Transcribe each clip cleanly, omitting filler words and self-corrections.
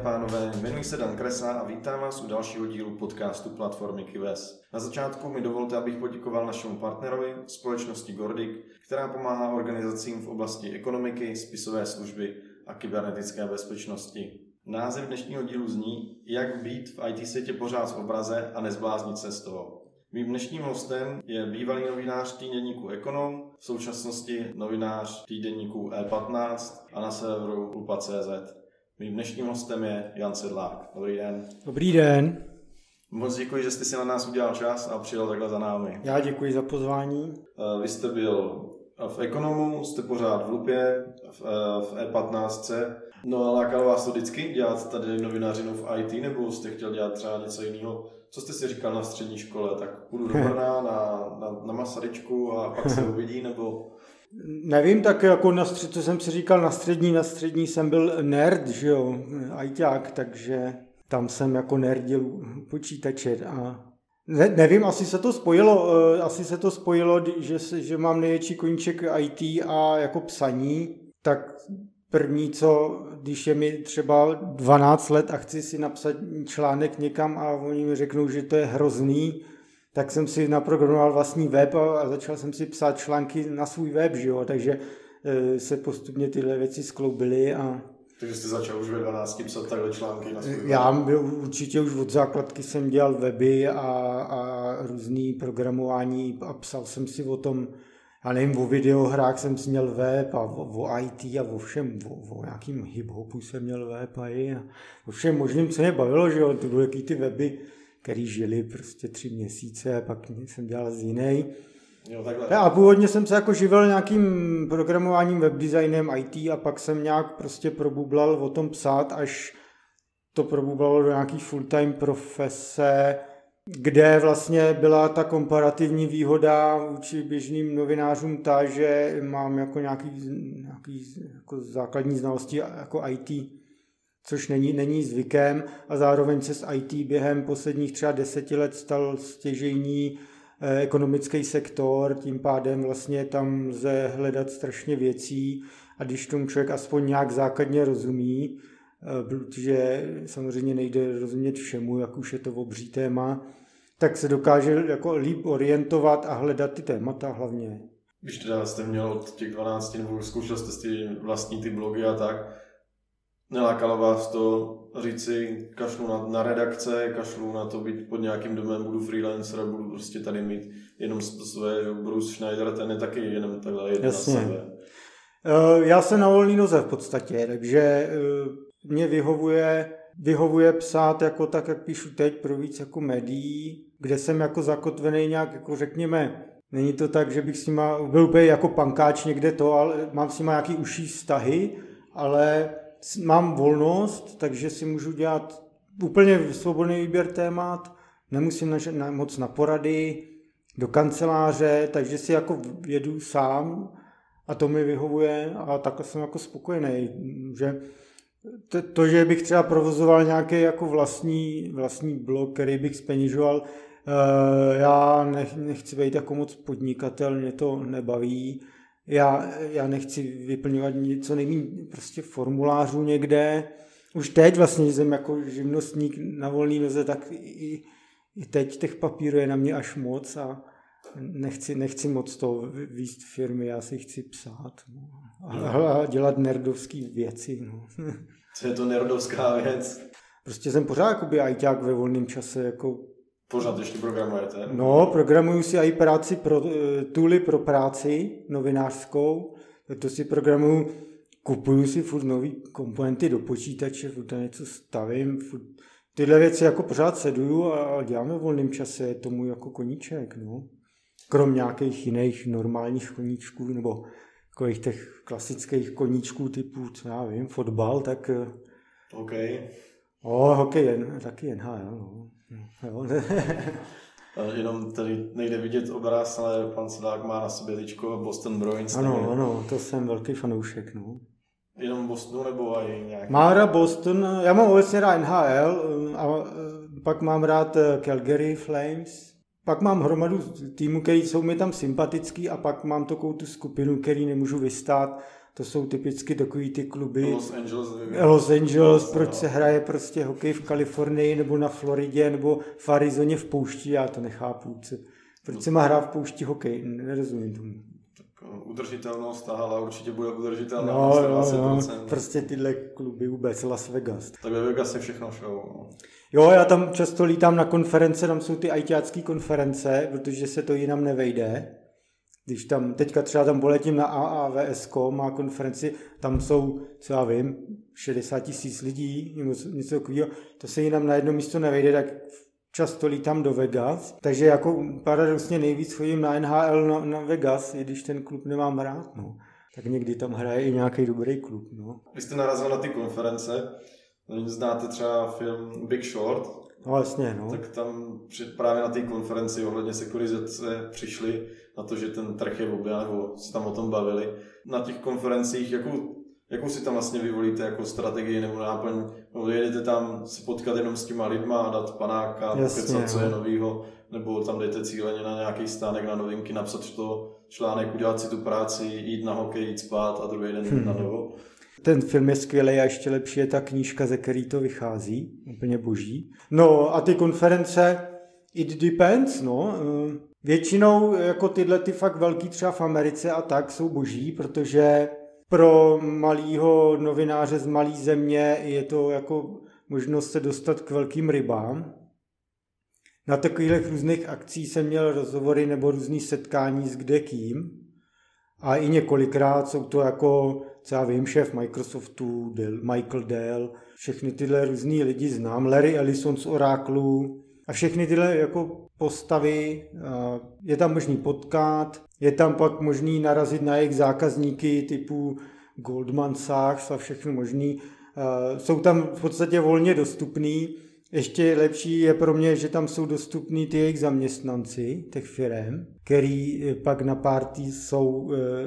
pánové, jmenuji se Dan Kresa a vítám vás u dalšího dílu podcastu platformy Kives. Na začátku mi dovolte, abych poděkoval našemu partnerovi, společnosti Gordic, která pomáhá organizacím v oblasti ekonomiky, spisové služby a kybernetické bezpečnosti. Název dnešního dílu zní Jak být v IT světě pořád v obraze a nezbláznit se z toho. Mým dnešním hostem je bývalý novinář týdeníku Ekonom, v současnosti novinář týdeníku E15 a na serveru Lupa.cz. Mým dnešním hostem je Jan Sedlák. Dobrý den. Dobrý den. Moc děkuji, že jste si na nás udělal čas a přijel takhle za námi. Já děkuji za pozvání. Vy jste byl v Ekonomu, jste pořád v Lupě, v E15. No a lákalo vás to vždycky dělat tady novinařinu v IT, nebo jste chtěl dělat třeba něco jiného? Co jste si říkal na střední škole? Tak půjdu do Brna na Masaryčku a pak se uvidí, nebo... Nevím, tak jako co jsem si říkal na střední jsem byl nerd, že jo, ajťák, takže tam jsem jako nerdil počítače a nevím, asi se to spojilo, že mám největší koníček IT a jako psaní, tak první když je mi třeba 12 let a chci si napsat článek někam a oni mi řeknou, že to je hrozný, tak jsem si naprogramoval vlastní web a začal jsem si psát články na svůj web, že jo, takže se postupně tyhle věci skloubily a... Takže jste začal už ve 12 psat takhle články na svůj web? Já určitě už od základky jsem dělal weby a různý programování a psal jsem si o tom, já nevím, o videohrách jsem si měl web a o IT a o všem, o nějakým hip-hopu jsem měl web a o všem možným, co mě bavilo, že jo, to byly jaký ty weby, který žili prostě 3 měsíce, pak jsem dělal z jinej. Jo, takhle. A původně jsem se jako živil nějakým programováním, webdesignem, IT a pak jsem nějak prostě probublal o tom psát, až to probublalo do nějaký full-time profese, kde vlastně byla ta komparativní výhoda vůči běžným novinářům ta, že mám jako nějaký jako základní znalosti jako IT, což není zvykem a zároveň se z IT během posledních třeba 10 let stal stěžejní ekonomický sektor, tím pádem vlastně tam lze hledat strašně věcí a když tomu člověk aspoň nějak základně rozumí, protože samozřejmě nejde rozumět všemu, jak už je to obří téma, tak se dokáže jako líp orientovat a hledat ty témata hlavně. Když teda jste měl od těch 12 nebo zkoušel jste si vlastní ty blogy a tak, nelákalo vás to říct si, kašlu na redakce, kašlu na to být pod nějakým domem, budu freelancer a budu prostě tady mít jenom to své, Bruce Schneider, ten je taky jenom takhle jeden na sebe. Já jsem na volný noze v podstatě, takže mě vyhovuje psát jako tak, jak píšu teď, pro víc jako médií, kde jsem jako zakotvený nějak, jako řekněme, není to tak, že bych s nima byl úplně jako pankáč někde to, ale mám s nima nějaký užší vztahy, ale mám volnost, takže si můžu dělat úplně svobodný výběr témat, nemusím moc na porady, do kanceláře, takže si jako jedu sám a to mi vyhovuje a takhle jsem jako spokojený, že to, že bych třeba provozoval nějaký jako vlastní blog, který bych zpeněžoval, já nechci být jako moc podnikatel, mě to nebaví. Já nechci vyplňovat něco nejméně prostě formulářů někde. Už teď vlastně, že jsem jako živnostník na volný noze, tak i teď těch papírů je na mě až moc a nechci moc to víct firmy, já si chci psát a dělat nerdovský věci. No. Co je to nerdovská věc? Prostě jsem pořád jakoby ajťák ve volném čase, jako pořád ještě programujete? No, programuju si i práci tooly pro práci novinářskou. To si programuju, kupuju si furt nový komponenty do počítače, furt tam něco stavím, tyhle věci jako pořád seduju a dělám ve volném čase, je tomu jako koníček, no. Krom nějakých jiných normálních koníčků, nebo takových těch klasických koníčků typu, co já vím, fotbal, tak... OK. Hokej, taky NHL, no. Jo. Jenom tady nejde vidět obraz, ale pan Sedlák má na sobě tyčko Boston Bruins. Ano, to jsem velký fanoušek, no. Jenom Bostonu nebo i nějaký? Mám rád Boston, já mám obecně rád NHL a pak mám rád Calgary Flames, pak mám hromadu týmů, který jsou mi tam sympatický a pak mám takovou tu skupinu, který nemůžu vystát to jsou typicky takový ty kluby Los Angeles, proč se hraje prostě hokej v Kalifornii nebo na Floridě nebo v Arizoně v poušti, já to nechápu. Proč se má hrát v poušti hokej? Nerozumím tomu. Udržitelnost, ale určitě bude udržitelná. No, prostě tyhle kluby vůbec, Las Vegas. Tak ve Vegas je všechno show. No. Jo, já tam často lítám na konference, tam jsou ty ajťácký konference, protože se to jinam nevejde. Když tam, teďka třeba tam poletím na AAVSko, má konferenci, tam jsou, co já vím, 60 000 lidí, nebo něco takového, to se jinam na jedno místo nevejde, tak často lítám do Vegas, takže jako paradoxně nejvíc chodím na NHL na Vegas, i když ten klub nemám rád, no. Tak někdy tam hraje i nějaký dobrý klub, no. Vy jste narazil na ty konference, znáte třeba film Big Short? No vlastně, no. Tak tam právě na té konferenci ohledně sekurizace přišli na to, že ten trh je oběh, nebo se tam o tom bavili. Na těch konferencích, jakou si tam vlastně vyvolíte jako strategii nebo náplň? No, jedete tam se potkat jenom s těma lidma, dát panáka, pokecat, co je novýho, nebo tam jdete cíleně na nějaký stánek, na novinky, napsat to článek, udělat si tu práci, jít na hokej, jít spát a druhý den na dovo. Ten film je skvělý a ještě lepší je ta knížka, ze který to vychází, úplně boží. No a ty konference, it depends, no. Většinou jako tyhle ty fakt velký třeba v Americe a tak jsou boží, protože pro malýho novináře z malý země je to jako možnost se dostat k velkým rybám. Na takových různých akcích jsem měl rozhovory nebo různý setkání s kdekým. A i několikrát jsou to jako, co já vím, šéf Microsoftu, Michael Dell, všechny tyhle různý lidi znám, Larry Ellison z Oraclu a všechny tyhle jako postavy, je tam možný potkat, je tam pak možný narazit na jejich zákazníky typu Goldman Sachs a všechno možný. Jsou tam v podstatě volně dostupný. Ještě lepší je pro mě, že tam jsou dostupní ty jejich zaměstnanci, těch firem, který pak na party jsou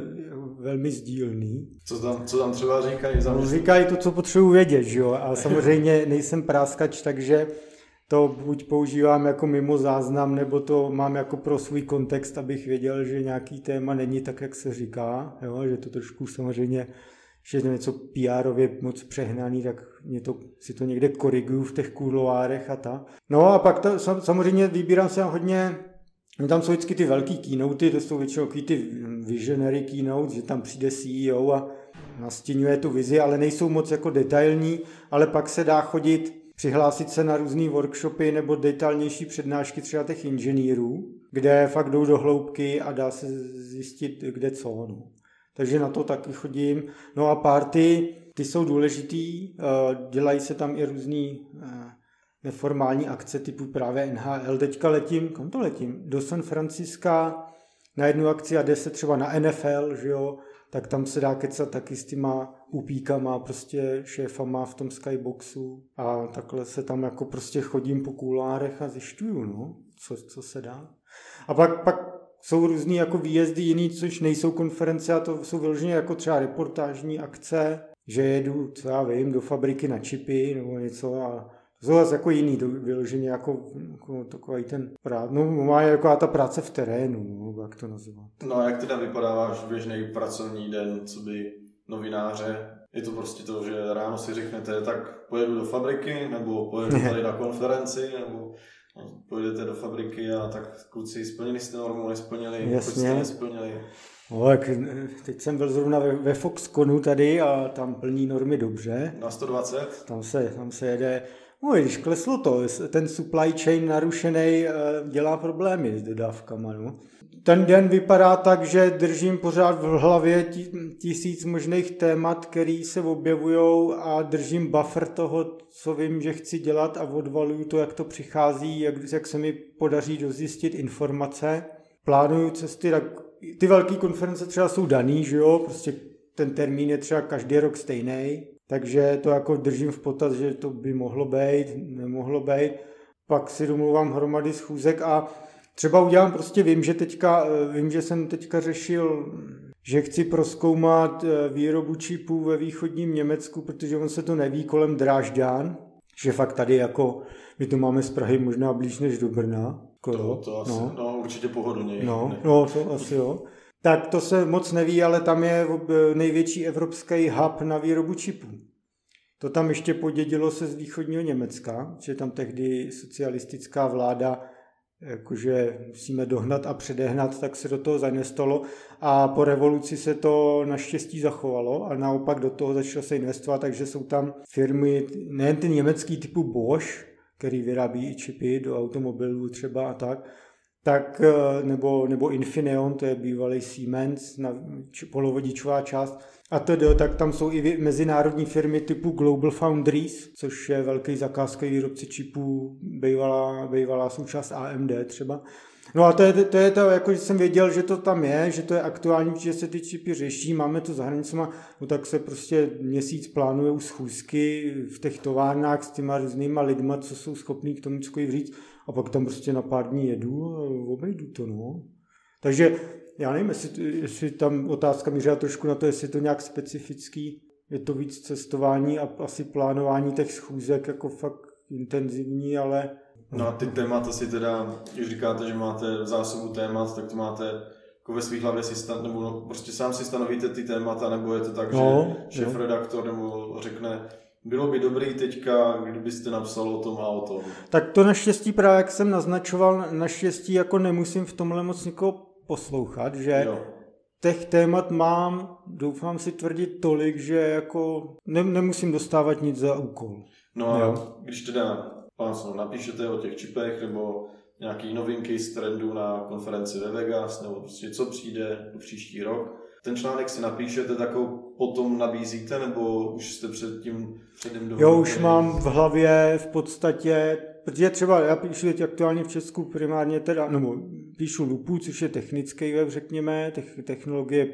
velmi sdílný. Co tam třeba říkají zaměstnanci? Říkají to, co potřebuji vědět, že jo? A samozřejmě nejsem práskač, takže to buď používám jako mimo záznam, nebo to mám jako pro svůj kontext, abych věděl, že nějaký téma není tak, jak se říká, jo? Že to trošku samozřejmě, že je to něco PR-ově moc přehnaný, tak si to někde koriguju v těch kuloárech a tak. No a pak to, samozřejmě vybírám se hodně, no tam jsou vždycky ty velký keynoty, to jsou většinou ty visionary keynotes, že tam přijde CEO a nastínuje tu vizi, ale nejsou moc jako detailní, ale pak se dá chodit, přihlásit se na různý workshopy nebo detailnější přednášky třeba těch inženýrů, kde fakt jdou do hloubky a dá se zjistit, kde co. No. Takže na to taky chodím. No a party, ty jsou důležitý, dělají se tam i různý neformální akce typu právě NHL. Teďka kam to letím? Do San Franciska na jednu akci a jde se třeba na NFL, že jo? Tak tam se dá kecat taky s těma upíkama, prostě šéfama v tom skyboxu a takhle se tam jako prostě chodím po kulárech a zjišťuju, no, co se dá. A pak jsou různý jako výjezdy jiný, což nejsou konference a to jsou vyloženě jako třeba reportážní akce, že jedu, co já vím, do fabriky na čipy nebo něco a to jsou zase jako jiný, vyloženě jako takový ten má jako ta práce v terénu, no, jak to nazvat. No a jak teda vypadá váš běžný pracovní den, co by novináře? Je to prostě to, že ráno si řeknete, tak pojedu do fabriky, nebo pojedu tady na konferenci, nebo pojedete do fabriky a tak kluci, splnili jste normu, nesplnili, proč jste nesplnili? No, tak teď jsem byl zrovna ve Foxconu tady a tam plní normy dobře. Na 120? Tam se jede, no když kleslo to, ten supply chain narušený dělá problémy s dodávkama, no. Ten den vypadá tak, že držím pořád v hlavě 1000 možných témat, který se objevujou a držím buffer toho, co vím, že chci dělat a odvaluju to, jak to přichází, jak se mi podaří dozjistit informace. Plánuju cesty, tak ty velké konference třeba jsou daný, že jo, prostě ten termín je třeba každý rok stejný, takže to jako držím v potaz, že to by mohlo být, nemohlo být. Pak si domluvám hromady schůzek a třeba udělám prostě, vím, že jsem teďka řešil, že chci prozkoumat výrobu čipů ve východním Německu, protože on se to neví kolem Drážďan, že fakt tady jako, my to máme z Prahy možná blíž než do Brna. To asi, no určitě pohodlněji. No, to asi jo. Tak to se moc neví, ale tam je největší evropský hub na výrobu čipů. To tam ještě podědilo se z východního Německa, že tam tehdy socialistická vláda jakože musíme dohnat a předehnat, tak se do toho zainvestovalo a po revoluci se to naštěstí zachovalo a naopak do toho začalo se investovat, takže jsou tam firmy, nejen ty německý typu Bosch, který vyrábí i čipy do automobilů třeba a tak nebo Infineon, to je bývalý Siemens, polovodičová část, a tak tam jsou i mezinárodní firmy typu Global Foundries, což je velký zakázkový výrobce čipů, bývalá součást AMD třeba. No a to je to, jako že jsem věděl, že to tam je, že to je aktuální, že se ty čipy řeší, máme to za hranicema, no tak se prostě měsíc plánujou schůzky v těch továrnách s těma různýma lidma, co jsou schopní k tomu cokoliv říct, a pak tam prostě na pár dní jedu a obejdu to, no. Takže já nevím, jestli tam otázka mířila trošku na to, jestli je to nějak specifický, je to víc cestování a asi plánování těch schůzek jako fakt intenzivní, ale... No a ty témata si teda, když říkáte, že máte zásobu témat, tak to máte jako ve svých hlavě nebo prostě sám si stanovíte ty témata, nebo je to tak, že šéfredaktor nebo řekne, bylo by dobrý teďka, kdybyste napsal o tom a o tom. Tak to naštěstí právě, jak jsem naznačoval, naštěstí jako nemusím v tomhle moc nikoho poslouchat, že těch témat mám, doufám si tvrdit tolik, že jako nemusím dostávat nic za úkol. No a když teda napíšete o těch čipech nebo nějaký novinky z trendu na konferenci ve Vegas nebo prostě co přijde do příští rok, ten článek si napíšete, tak ho potom nabízíte, nebo už jste předem dohodli? Jo, už mám v hlavě v podstatě, protože třeba já píšu teď aktuálně v Česku primárně teda, nebo píšu Lupu, což je technický web, řekněme, technologie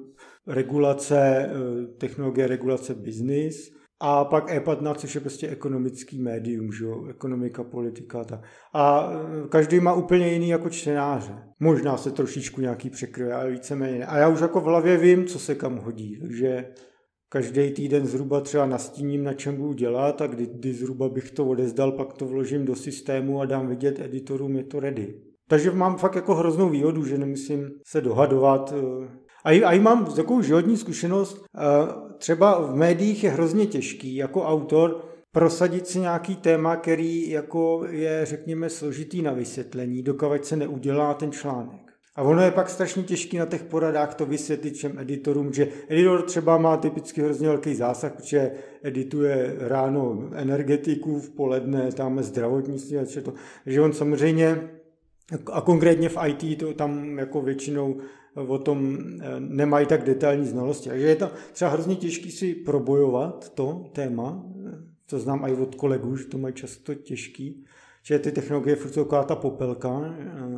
regulace business, a pak E15, což je prostě ekonomický médium, že jo? Ekonomika, politika. A každý má úplně jiný jako čtenáře. Možná se trošičku nějaký překryje, ale víceméně ne. A já už jako v hlavě vím, co se kam hodí, takže každý týden zhruba třeba nastíním, na čem budu dělat a kdy zhruba bych to odezdal, pak to vložím do systému a dám vidět editorům, je to ready. Takže mám fakt jako hroznou výhodu, že nemusím se dohadovat. A mám takovou životní zkušenost, třeba v médiích je hrozně těžký jako autor prosadit si nějaký téma, který jako je, řekněme, složitý na vysvětlení, dokud se neudělá ten článek. A ono je pak strašně těžký na těch poradách to vysvětlit všem editorům, že editor třeba má typicky hrozně velký zásah, protože edituje ráno energetiku, v poledne tam zdravotnictví a to. Takže on samozřejmě, a konkrétně v IT to tam jako většinou o tom nemají tak detailní znalosti. Takže je to třeba hrozně těžký si probojovat to téma, to znám i od kolegů, že to mají často těžký, že ty technologie furt taková ta popelka.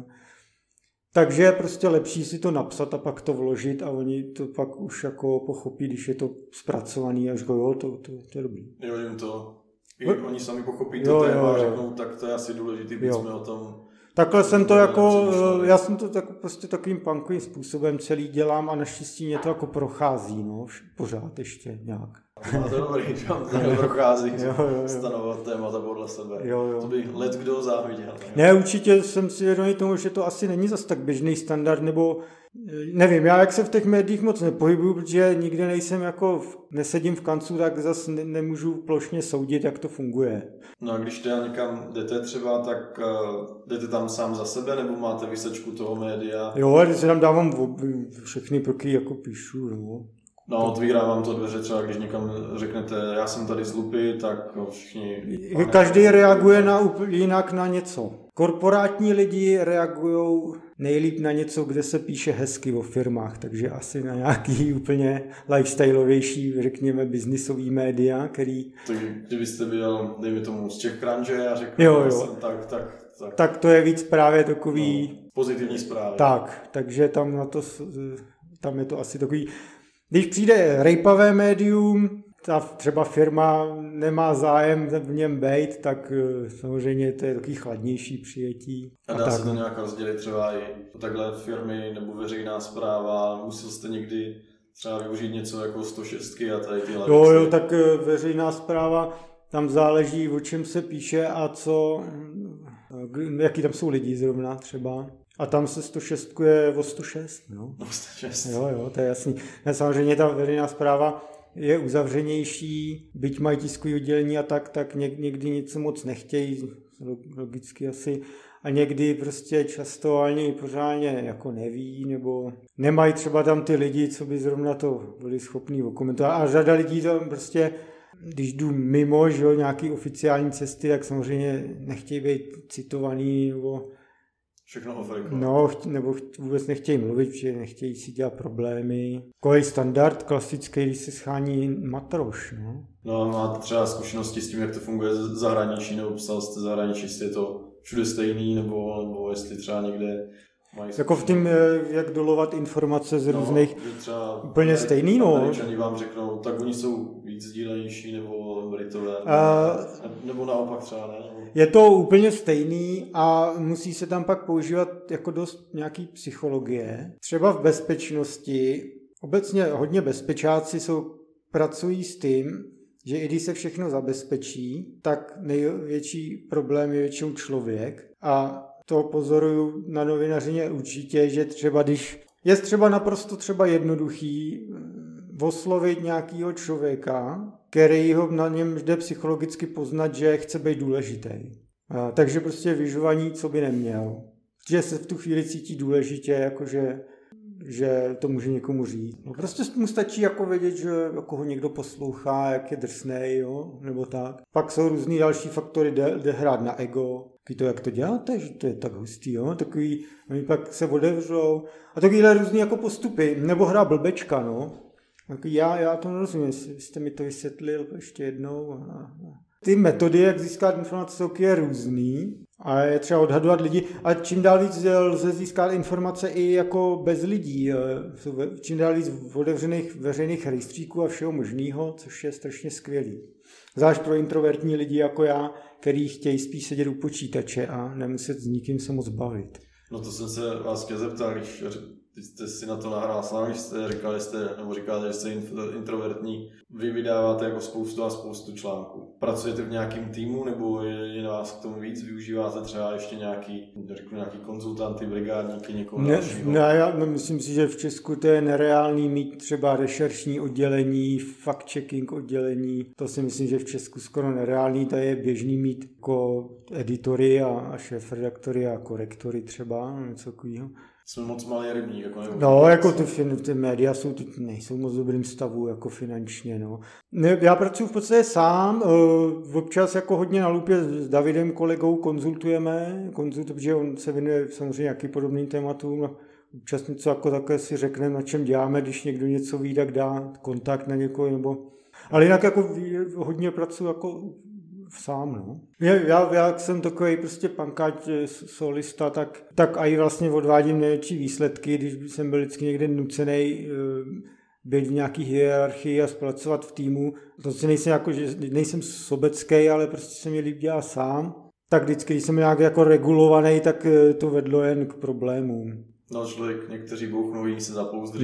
Takže je prostě lepší si to napsat a pak to vložit a oni to pak už jako pochopí, když je to zpracovaný a říkají, jo, to je dobrý. Jo, jim to, oni sami pochopí to téma a řeknou, tak to je asi důležitý, byť jsme o tom... Takhle jsem to jako, já jsem to tak prostě takovým punkovým způsobem celý dělám a naštěstí mě to jako prochází, no, pořád ještě nějak. A to dobrý, že vám to prochází, stanovat témata podle sebe. To by leckdo záviděl. Ne, určitě jsem si vědomý tomu, že to asi není zas tak běžný standard, nebo nevím, já jak se v těch médiích moc nepohybuju, protože nikde nejsem jako, nesedím v kancu, tak zas nemůžu plošně soudit, jak to funguje. No a když teda někam jdete třeba, tak jdete tam sám za sebe, nebo máte výsečku toho média? Jo, a když se tam dávám všechny proky, jako píšu, no. No, otvírá vám to dveře třeba, když někam řeknete, já jsem tady z Lupy, tak všichni... Každý reaguje jinak na něco. Korporátní lidi reagují nejlíp na něco, kde se píše hezky o firmách, takže asi na nějaký úplně lifestyleovější, řekněme, biznisový média, který... Takže kdybyste byl, dejme tomu, z CzechCrunche a řekl, tak to je víc právě takový... pozitivní zprávy. Takže tam je to asi takový... Když přijde rejpavé médium, ta třeba firma nemá zájem v něm bejt, tak samozřejmě to je takový chladnější přijetí. A dá se to nějak rozdělit třeba i takhle firmy nebo veřejná správa? Musel jste někdy třeba využít něco jako 106 a tady tyhle věci? Jo, tak veřejná správa, tam záleží, o čem se píše a co, jaký tam jsou lidi zrovna třeba. A tam se 106 je o 106, no. O 106. Jo, to je jasný. Ne, samozřejmě ta veřejná správa je uzavřenější, byť mají tiskové oddělení a tak někdy nic moc nechtějí, logicky asi. A někdy prostě často ani pořádně jako neví, nebo nemají třeba tam ty lidi, co by zrovna to byli schopní okomentovat. A řada lidí tam prostě, když jdu mimo, že jo, nějaký oficiální cesty, tak samozřejmě nechtějí být citovaný, nebo všechno off-record. No, nebo vůbec nechtějí mluvit, protože nechtějí si dělat problémy. Takový standard klasický, když se schání matroš, no. No, máte třeba zkušenosti s tím, jak to funguje z zahraničí, nebo psal jste zahraničí, jestli je to všude stejný, nebo jestli třeba někde mají... Jako v tím, jak dolovat informace z různých... třeba úplně stejný, no. Američani vám řeknou, tak oni jsou víc sdílenější, nebo Britové, nebo naopak třeba ne? Je to úplně stejný a musí se tam pak používat jako dost nějaký psychologie. Třeba v bezpečnosti, obecně hodně bezpečáci pracují s tím, že i když se všechno zabezpečí, tak největší problém je většinou člověk. A to pozoruju na novinařině určitě, že třeba když je třeba naprosto třeba jednoduchý oslovit nějakého člověka, který ho na něm jde psychologicky poznat, že chce být důležitý. Takže prostě vyžovaní, co by neměl. Že se v tu chvíli cítí důležitě, jakože že to může někomu říct. No prostě mu stačí jako vědět, že jako ho někdo poslouchá, jak je drsnej, jo, nebo tak. Pak jsou různý další faktory, jde hrát na ego. To, jak to děláte, že to je tak hustý, jo, takový, oni pak se otevřou. A takovýhle různý jako postupy, nebo hra blbečka, no. Já to nerozumím, jste mi to vysvětlil ještě jednou. Ty metody, jak získat informace, jsou různý a je třeba odhadovat lidi. A čím dál víc lze získat informace i jako bez lidí. Čím dál víc otevřených veřejných rejstříků a všeho možného, což je strašně skvělý. Zvlášť pro introvertní lidi jako já, který chtějí spíš sedět u počítače a nemuset s nikým se moc bavit. No to jsem se vás chtěl zeptat, když jste si na to nahrál sám, když jste říkáte, že jste introvertní. Vy vydáváte jako spoustu článků. Pracujete v nějakém týmu, nebo je na vás k tomu víc? Využíváte třeba ještě nějaký konzultanty, brigádníky, někoho dalšího? Ne, já myslím si, že v Česku to je nereálný mít třeba rešeršní oddělení, fact-checking oddělení. To si myslím, že v Česku skoro nereálný. To je běžný mít jako editory a šéfredaktory a korektory třeba, něco takového. Jsme moc malý rybník. Jako ty média nejsou moc v dobrým stavu jako finančně. No. Já pracuji v podstatě sám, občas jako hodně na lupě s Davidem kolegou konzultujeme, protože on se věnuje samozřejmě nějakým podobným tématům. Občas něco jako takové si řekneme, na čem děláme, když někdo něco ví, tak dá kontakt na někoho. Ale jinak jako hodně pracuji jako sám, no. Já jsem takový prostě pankáč solista, tak i vlastně odvádím největší výsledky, když jsem byl vždycky někde nucený být v nějaký hierarchii a spolupracovat v týmu. To si nejsem sobecký, ale prostě se mi líbí dělat sám. Tak vždycky, když jsem nějak jako regulovaný, tak to vedlo jen k problémům. No člověk, někteří bouchnou, jiní se zapouzdří.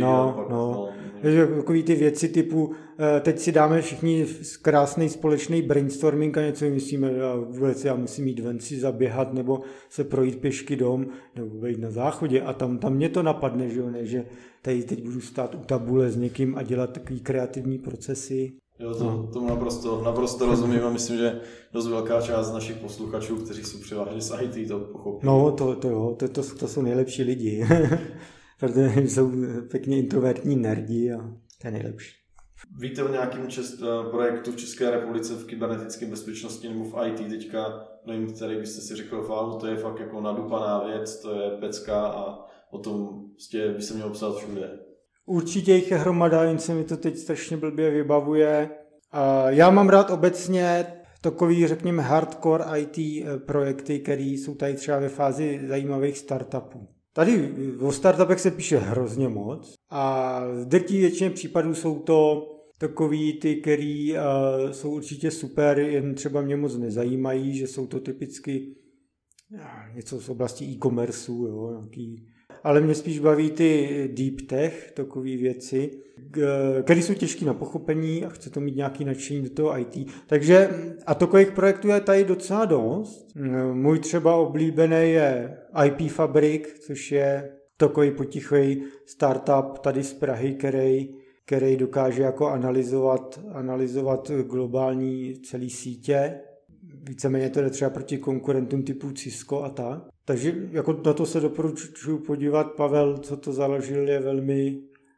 Takový ty věci typu, teď si dáme všichni krásný společný brainstorming a něco myslíme, já musím jít ven si zaběhat, nebo se projít pěšky dom, nebo být na záchodě a tam mě to napadne, že jo, ne, že tady teď budu stát u tabule s někým a dělat takový kreativní procesy. Jo, tomu naprosto rozumím a myslím, že dost velká část našich posluchačů, kteří jsou převážně z IT, to pochopí. No, to jsou nejlepší lidi, protože jsou pěkně introvertní nerdi a to je nejlepší. Víte o nějakém projektu v České republice v kybernetické bezpečnosti nebo v IT teďka, nevím, který byste si řekl, to je fakt jako nadupaná věc, to je pecka a o tom by se mělo psát všude. Určitě jich je hromada, jen se mi to teď strašně blbě vybavuje. Já mám rád obecně takový, řekněme, hardcore IT projekty, které jsou tady třeba ve fázi zajímavých startupů. Tady o startupech se píše hrozně moc a v drtí většině případů jsou to takový ty, který jsou určitě super, jen třeba mě moc nezajímají, že jsou to typicky něco z oblasti e-commerceu, jo, nějaký. ale mě spíš baví ty deep tech, takové věci, které jsou těžké na pochopení a chce to mít nějaký nadšení do toho IT. Takže a takových projektů je tady docela dost. Můj třeba oblíbený je IP Fabrik, což je takový potichý startup tady z Prahy, který dokáže jako analyzovat globální celý sítě. Víceméně to jde třeba proti konkurentům typu Cisco a tak. Takže jako na to se doporučuji podívat. Pavel, co to založil, je velmi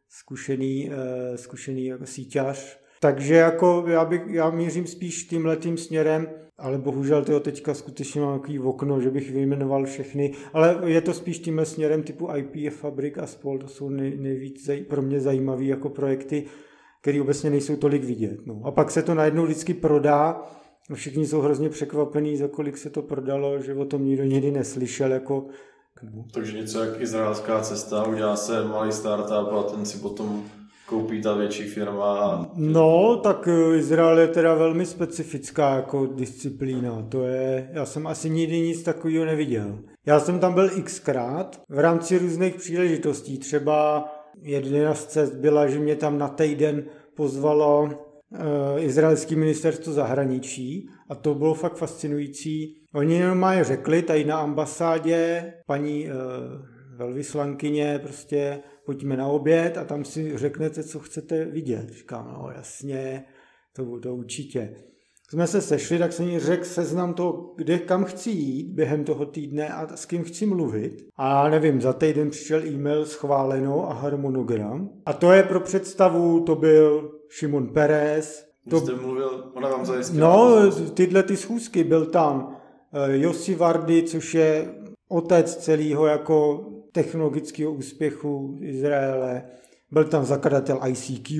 zkušený jako síťař. Takže jako já mířím spíš tímhletým směrem, ale bohužel teďka skutečně mám takový okno, že bych vyjmenoval všechny, ale je to spíš tímhle směrem typu IP Fabrik a spol, to jsou nejvíc pro mě zajímavé jako projekty, které obecně nejsou tolik vidět. No. A pak se to najednou vždycky prodá, všichni jsou hrozně překvapení, za kolik se to prodalo, že o tom nikdo nikdy neslyšel. Jako... Takže něco jak izraelská cesta, udělá se malý startup a ten si potom koupí ta větší firma. No, tak Izrael je teda velmi specifická jako disciplína. Já jsem asi nikdy nic takového neviděl. Já jsem tam byl xkrát v rámci různých příležitostí. Třeba jedna z cest byla, že mě tam na týden pozvalo izraelské ministerstvo zahraničí a to bylo fakt fascinující. Oni normálně řekli tady na ambasádě paní velvyslankyně prostě pojďme na oběd a tam si řeknete, co chcete vidět. Říkám, no jasně, to určitě. Jsme se sešli, tak jsem jí řekl seznam toho, kam chci jít během toho týdne a s kým chci mluvit. A nevím, za týden přišel e-mail schváleno a harmonogram. A to je pro představu, to byl Šimon Peres. Jste mluvil, ona vám zajistila? No, tyhle ty schůzky, byl tam Yossi Vardi, což je otec celého jako technologického úspěchu Izraele. Byl tam zakladatel ICQ,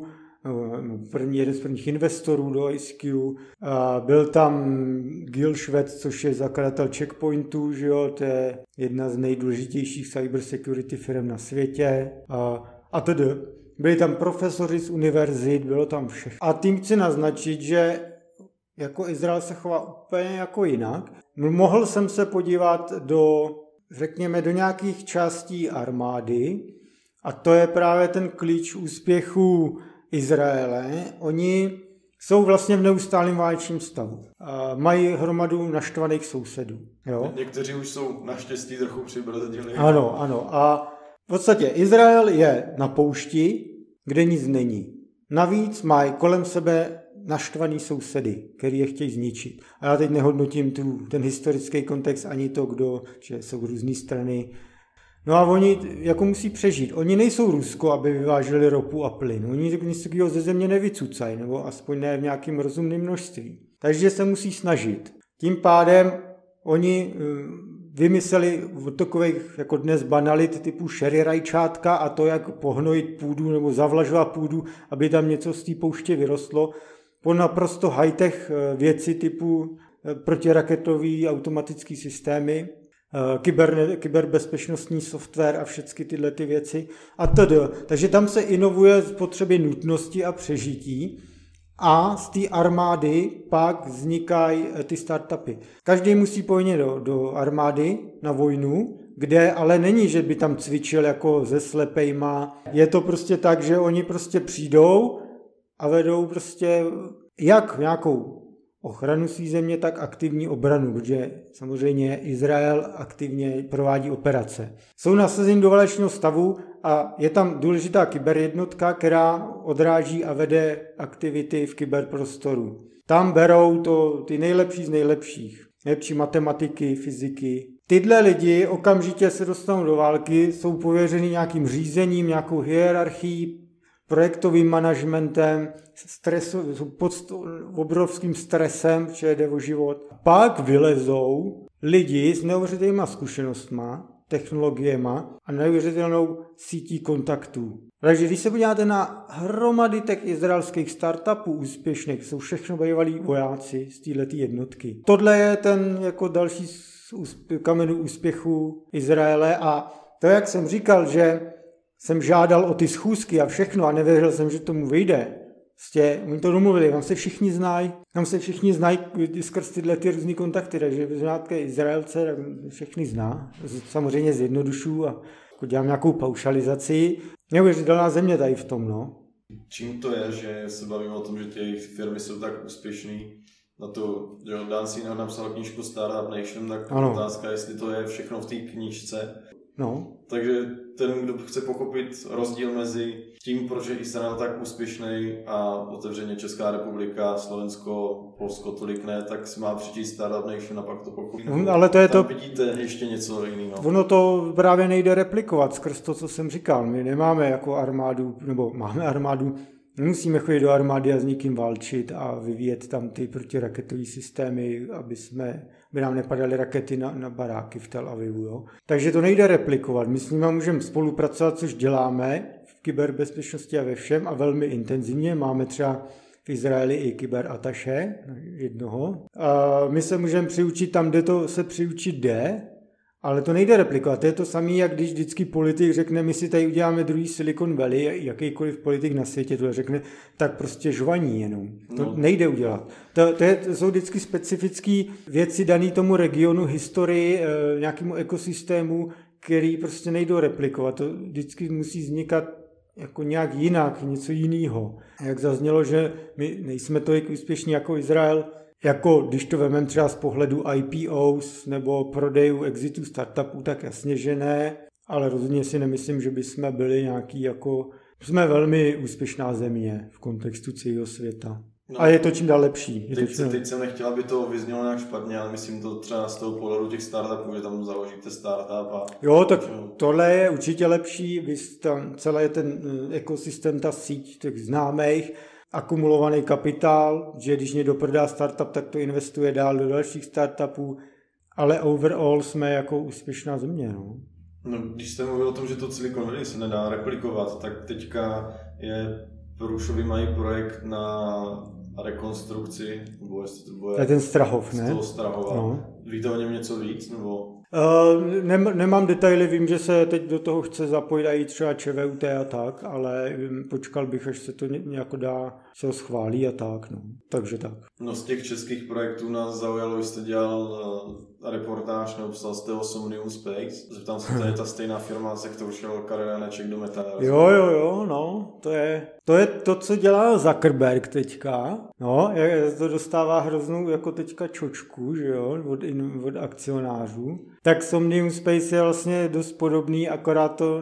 jeden z prvních investorů do ICQ. Byl tam Gil Švec, což je zakladatel Checkpointu, že jo? To je jedna z nejdůležitějších cybersecurity firm na světě. A tedy. Byli tam profesoři z univerzit, bylo tam všechno. A tím chci naznačit, že jako Izrael se chová úplně jako jinak. Mohl jsem se podívat do nějakých částí armády a to je právě ten klíč úspěchu Izraele. Oni jsou vlastně v neustálém válečném stavu. Mají hromadu naštvaných sousedů. Jo? Někteří už jsou naštěstí trochu přibrzdili. Ano. A v podstatě Izrael je na poušti, kde nic není. Navíc mají kolem sebe naštvaný sousedy, který je chtějí zničit. A já teď nehodnotím ten historický kontext ani to, že jsou různé strany. No a oni jako musí přežít. Oni nejsou Rusko, aby vyváželi ropu a plyn. Oni nic takového ze země nevycucají, nebo aspoň ne v nějakém rozumném množství. Takže se musí snažit. Tím pádem oni vymysleli od takových jako dnes banalit typu šerirajčátka a to, jak pohnojit půdu nebo zavlažovat půdu, aby tam něco z té pouště vyrostlo, po naprosto high-tech věci typu protiraketové automatické systémy, kyberbezpečnostní software a všechny tyhle ty věci a tedy. Takže tam se inovuje z potřeby nutnosti a přežití a z té armády pak vznikají ty startupy. Každý musí pojít do armády na vojnu, kde ale není, že by tam cvičil jako se slepejma. Je to prostě tak, že oni prostě přijdou a vedou prostě jak nějakou ochranu své země, tak aktivní obranu, protože samozřejmě Izrael aktivně provádí operace. Jsou nasazeni do válečného stavu a je tam důležitá kyberjednotka, která odráží a vede aktivity v kyberprostoru. Tam berou ty nejlepší z nejlepších. Nejlepší matematiky, fyziky. Tyhle lidi okamžitě se dostanou do války, jsou pověřeni nějakým řízením, nějakou hierarchií, projektovým managementem, pod obrovským stresem, že jde o život. Pak vylezou lidi s neuvěřitelnýma zkušenostma, technologiema a neuvěřitelnou sítí kontaktů. Takže když se podíváte na hromady těch izraelských startupů úspěšných, jsou všechno bývalí vojáci z této jednotky. Tohle je ten jako další kamenů úspěchu Izraele a to, jak jsem říkal, že jsem žádal o ty schůzky a všechno a nevěřil jsem, že tomu vyjde. Prostě oni to domluvili, tam se všichni znají skrz tyhle ty různý kontakty, takže znáte Izraelce, tak všechny zná. Samozřejmě zjednodušu. jako dělám nějakou paušalizaci. Neuvěřitelná země tady v tom, no. Čím to je, že se bavíme o tom, že ty jejich firmy jsou tak úspěšný? Na to, že Dan si napsal knížku Startup Nation, tak otázka, jestli to je všechno v té knížce. No. Takže ten, kdo chce pochopit rozdíl mezi tím, proč je Izrael tak úspěšný a otevřeně Česká republika, Slovensko, Polsko tolik ne, tak si má přečíst Startup Nation a pak to pochopí. Ale to je tam to... vidíte ještě něco jiného. Ono to právě nejde replikovat skrz to, co jsem říkal. My nemáme jako armádu, nebo máme armádu, nemusíme chodit do armády a s někým válčit a vyvíjet tam ty protiraketové systémy, aby nám nepadaly rakety na baráky v Tel Avivu. Jo? Takže to nejde replikovat. My s nimi můžeme spolupracovat, což děláme v kyberbezpečnosti a ve všem a velmi intenzivně. Máme třeba v Izraeli i kyberataše jednoho. A my se můžeme přiučit tam, kde to se přiučit jde, ale to nejde replikovat. To je to samé, jak když vždycky politik řekne, my si tady uděláme druhý Silicon Valley, jakýkoliv politik na světě to řekne, tak prostě žvaní jenom. To nejde udělat. To jsou vždycky specifické věci dané tomu regionu, historii, nějakému ekosystému, který prostě nejdou replikovat. To vždycky musí vznikat jako nějak jinak, něco jiného. Jak zaznělo, že my nejsme tolik úspěšní jako Izrael, jako když to vememe třeba z pohledu IPOs nebo prodejů exitu startupů, tak jasně, že ne, ale rozhodně si nemyslím, že bychom byli nějaký jako... Jsme velmi úspěšná země v kontextu celého světa. No, a je to čím dál lepší. Teď jsem nechtěl, aby to vyznělo nějak špatně, ale myslím to třeba z toho pohledu těch startupů, že tam založíte startup a... Jo, tak tohle je určitě lepší, tam celý ten ekosystém, ta síť těch známých, akumulovaný kapitál, že když někdo prodá startup, tak to investuje dál do dalších startupů, ale overall jsme jako úspěšná země. No, když jste mluvil o tom, že to Silicon Valley se nedá replikovat, tak teďka Průšový mají projekt na rekonstrukci, nebo jestli to bude... To je ten Strahov, ne? Z toho Strahova. No. Víte o něm něco víc, nebo... Nemám detaily, vím, že se teď do toho chce zapojit i třeba ČVUT a tak, ale počkal bych, až se to nějak dá, se ho schválí a tak, no. Takže tak. No z těch českých projektů nás zaujalo, jste dělal reportáž, neobstal jste o Somnium Space. Zeptám se, to je ta stejná firma, se kterou šel Karel Janeček do Meta. Jo, no, to je to, co dělá Zuckerberg teďka, no, to dostává hroznou jako teďka čočku, že jo, od akcionářů. Tak Somnium Space je vlastně dost podobný, akorát to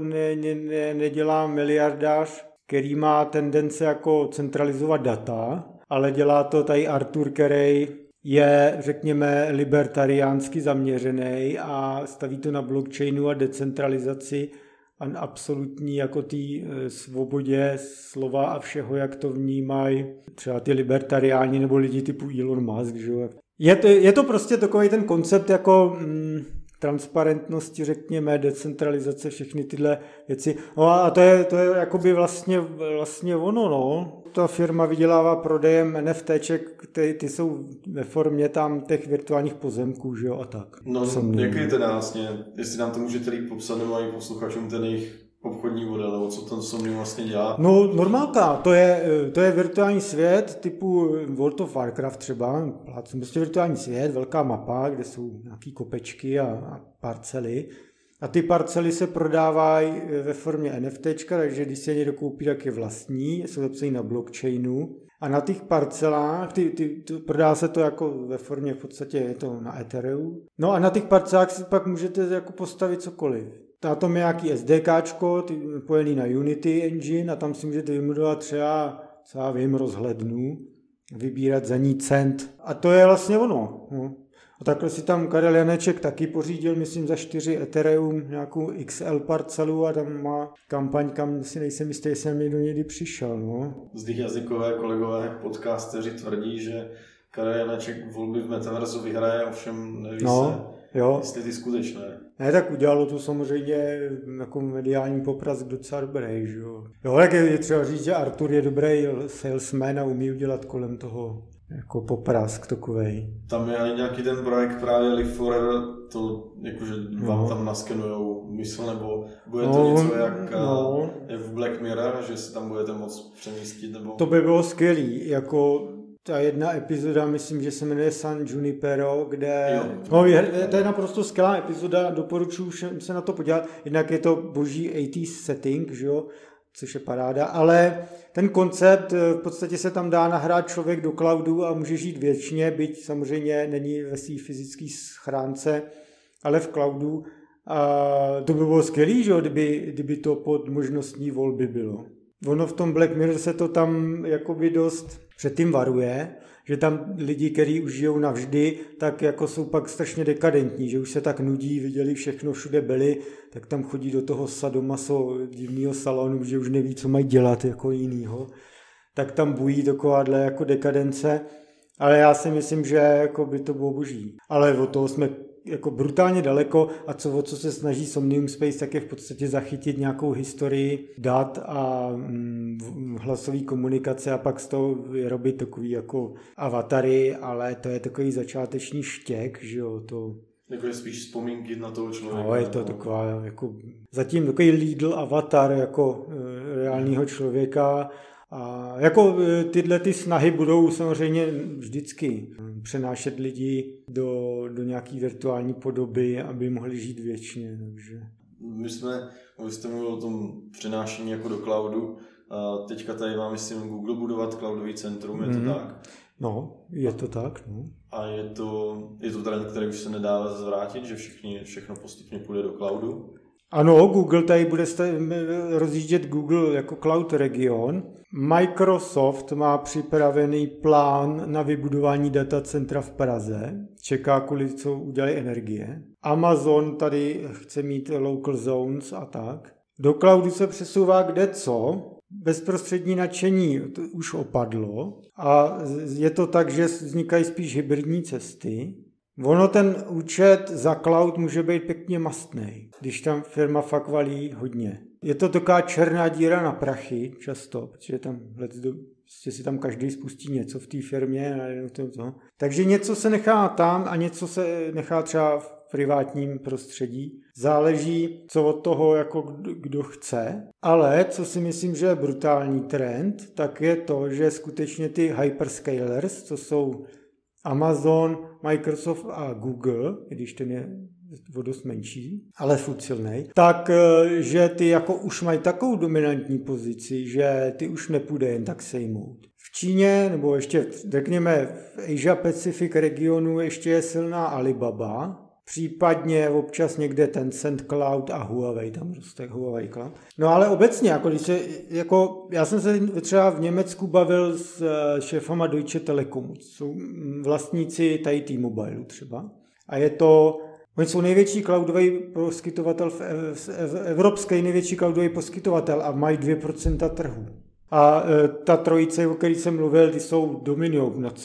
nedělá miliardář, který má tendence jako centralizovat data, ale dělá to tady Artur, který je, řekněme, libertariánsky zaměřený a staví to na blockchainu a decentralizaci a absolutní jako té svobodě slova a všeho, jak to vnímají třeba ty libertariáni nebo lidi typu Elon Musk. Že? Je to prostě takový ten koncept jako transparentnosti, řekněme, decentralizace, všechny tyhle věci. No a to je jakoby vlastně ono, no. Ta firma vydělává prodejem NFTček, ty jsou ve formě tam těch virtuálních pozemků, že jo, a tak. No, jaký je teda vlastně, jestli nám to můžete líp popsat, nebo i posluchačům ten jejich obchodní model, nebo co ten Somnium vlastně dělá? No, normálka, to je virtuální svět typu World of Warcraft třeba, prostě virtuální svět, velká mapa, kde jsou nějaký kopečky a parcely. A ty parcely se prodávají ve formě NFTčka, takže když se někdo koupí, tak je vlastní, jsou zapsaný na blockchainu. A na těch parcelách, prodá se to jako ve formě, v podstatě je to na Ethereum. No a na těch parcelách si pak můžete jako postavit cokoliv. Na tom je nějaký SDKčko, pojený na Unity Engine a tam si můžete vymodulovat třeba rozhlednu, vybírat za ní cent. A to je vlastně ono. No. A takhle si tam Karel Janeček taky pořídil, myslím, za 4 Ethereum nějakou XL parcelu a tam má kampaň, kam si nejsem jistý, jestli jsem do někdy přišel. No. Zde jazykové kolegové podcasteři tvrdí, že Karel Janeček volby v Metaversu vyhraje, ovšem neví se, jestli ty skutečné. Ne, tak udělalo to samozřejmě jako mediální poprask docela dobrý, že jo. Jo, tak je třeba říct, že Artur je dobrý salesman a umí udělat kolem toho jako poprask takovej. Tam je ani nějaký ten projekt právě Live Forever, to jakože vám tam naskenujou mysl, nebo bude to něco jak v Black Mirror, že si tam budete moct přemístit, nebo... To by bylo skvělý, jako ta jedna epizoda, myslím, že se jmenuje San Junipero, kde... No, to je naprosto skvělá epizoda, doporučuji se na to podívat. Jednak je to boží 80s setting, že jo, což je paráda, ale ten koncept, v podstatě se tam dá nahrát člověk do cloudu a může žít věčně, byť samozřejmě není ve své fyzické schránce, ale v cloudu. A to by bylo skvělý, že jo, kdyby to pod možností volby bylo. Ono v tom Black Mirror se to tam jakoby dost předtím varuje, že tam lidi, kteří už žijou navždy, tak jako jsou pak strašně dekadentní, že už se tak nudí, viděli všechno, všude byli, tak tam chodí do toho sadomaso divného salonu, že už neví, co mají dělat jako jinýho. Tak tam bují takováhle jako dekadence, ale já si myslím, že jako by to bylo boží. Ale od toho jsme jako brutálně daleko a o co se snaží Somnium Space, tak je v podstatě zachytit nějakou historii dat a hlasové komunikace a pak z toho vyrobit takový jako avatary, ale to je takový začáteční štěk, že jo, to... Jako je spíš vzpomínky na toho člověka. No, je to taková jako zatím takový Lidl avatar jako reálního člověka. A jako tyhle ty snahy budou samozřejmě vždycky přenášet lidi do nějaký virtuální podoby, aby mohli žít věčně. Takže. Vy jste mluvil o tom přenášení jako do cloudu. A teďka tady má, myslím, Google budovat cloudový centrum, je to tak? No, je to tak. No. A je to trend, který už se nedá zvrátit, že všechno postupně půjde do cloudu? Ano, Google tady bude rozjíždět Google jako cloud region. Microsoft má připravený plán na vybudování datacentra v Praze. Čeká, kvůli co udělají energie. Amazon tady chce mít local zones a tak. Do cloudu se přesouvá kde co. Bezprostřední nadšení už opadlo. A je to tak, že vznikají spíš hybridní cesty. Ono ten účet za cloud může být pěkně mastnej, když tam firma fakt valí hodně. Je to taková černá díra na prachy často, protože tam si tam každý spustí něco v té firmě. Takže něco se nechá tam a něco se nechá třeba v privátním prostředí. Záleží, co od toho jako kdo chce. Ale co si myslím, že je brutální trend, tak je to, že skutečně ty hyperscalers, co jsou Amazon, Microsoft a Google, když ten je o dost menší, ale furt silnej, tak že ty jako už mají takovou dominantní pozici, že ty už nepůjde jen tak sejmout. V Číně, nebo ještě řekněme v Asia Pacific regionu ještě je silná Alibaba, případně občas někde Tencent Cloud a Huawei, tam roste Huawei Cloud. No ale obecně, já jsem se třeba v Německu bavil s šéfama Deutsche Telekomu, jsou vlastníci tady T-Mobile třeba. A oni jsou největší cloudový poskytovatel, evropský největší cloudový poskytovatel a mají 2% trhu. A ta trojice, o který jsem mluvil, ty jsou dominují nad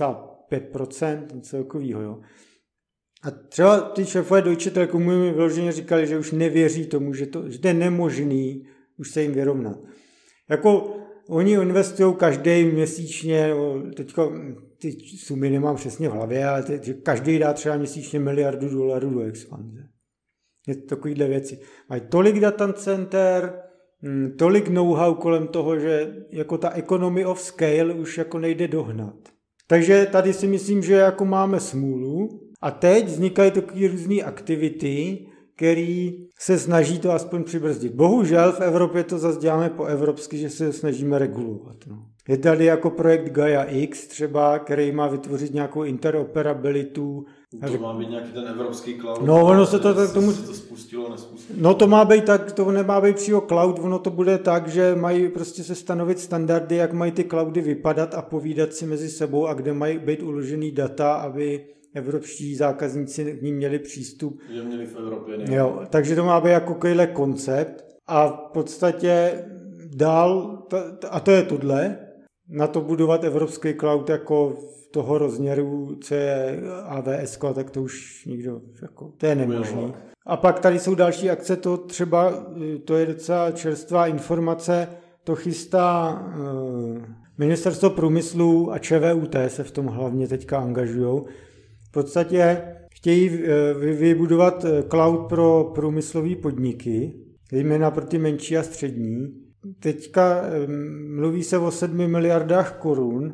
75%, něco takového, jo. A třeba ty šéfové Deutsche Telekomu mi vyloženě říkali, že už nevěří tomu, že to je nemožný už se jim vyrovnat. Jako oni investují každý měsíčně, teďka ty sumy nemám přesně v hlavě, ale každý dá třeba měsíčně $1 miliard do expanze. Je to takovýhle věci. Mají tolik datacenter, tolik know-how kolem toho, že jako ta economy of scale už jako nejde dohnat. Takže tady si myslím, že jako máme smůlu. A teď vznikají takové různé aktivity, které se snaží to aspoň přibrzdit. Bohužel v Evropě to zase děláme po evropsky, že se snažíme regulovat. No. Je tady jako projekt Gaia X třeba, který má vytvořit nějakou interoperabilitu. To má být nějaký ten evropský cloud. No, ono se to tomu... to spustilo, nespustilo. No to má být tak, to nemá být přímo cloud, ono to bude tak, že mají prostě se stanovit standardy, jak mají ty cloudy vypadat a povídat si mezi sebou a kde mají být uložený data, aby evropští zákazníci k ním měli přístup. Že měli v Evropě. Jo, takže to má být jako takovýhle koncept a v podstatě dál, a to je tohle, na to budovat evropský cloud jako toho rozměru, co je AWS, tak to už nikdo, jako, to je nemožný. A pak tady jsou další akce, to třeba, to je docela čerstvá informace, to chystá Ministerstvo průmyslu a ČVUT se v tom hlavně teďka angažujou. V podstatě chtějí vybudovat cloud pro průmyslové podniky, zejména pro ty menší a střední. Teďka mluví se o 7 miliardách korun.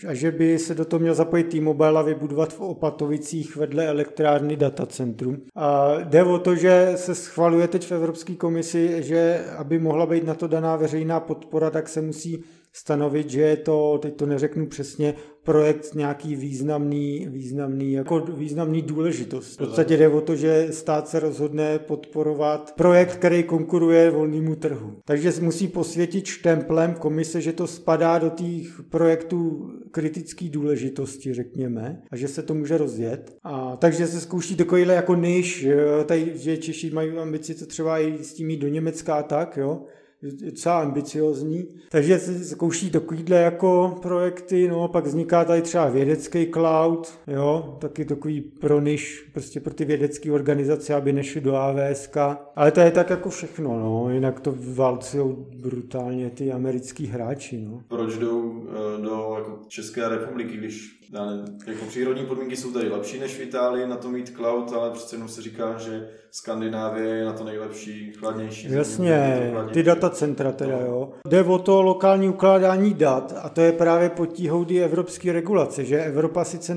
a že by se do toho měl zapojit T-Mobile a vybudovat v Opatovicích vedle elektrárny datacentrum. A jde o to, že se schvaluje teď v Evropské komisi, že aby mohla být na to daná veřejná podpora, tak se musí stanovit, že je to, teď to neřeknu přesně, projekt nějaký významný důležitost. V podstatě jde o to, že stát se rozhodne podporovat projekt, který konkuruje volnému trhu. Takže se musí posvětit štemplem komise, že to spadá do těch projektů kritické důležitosti, řekněme, a že se to může rozjet. A takže se zkouší takovýhle jako niž, tady, že Češi mají ambici to třeba i s tím jít do Německa a tak, jo. Je docela ambiciozní. Takže se zkouší takovýhle jako projekty, no pak vzniká tady třeba vědecký cloud, jo, taky takový pro niž, prostě pro ty vědecké organizace, aby nešly do AWSK. Ale to je tak jako všechno, no, jinak to válcujou brutálně ty americký hráči, no. Proč jdou do jako České republiky, když jako přírodní podmínky jsou tady lepší než v Itálii na to mít cloud, ale přece jenom se říká, že Skandinávie je na to nejlepší, chladnější. Jasně, ty datacentra teda, jo. Jde o to lokální ukládání dat a to je právě potíhou ty evropské regulace, že Evropa sice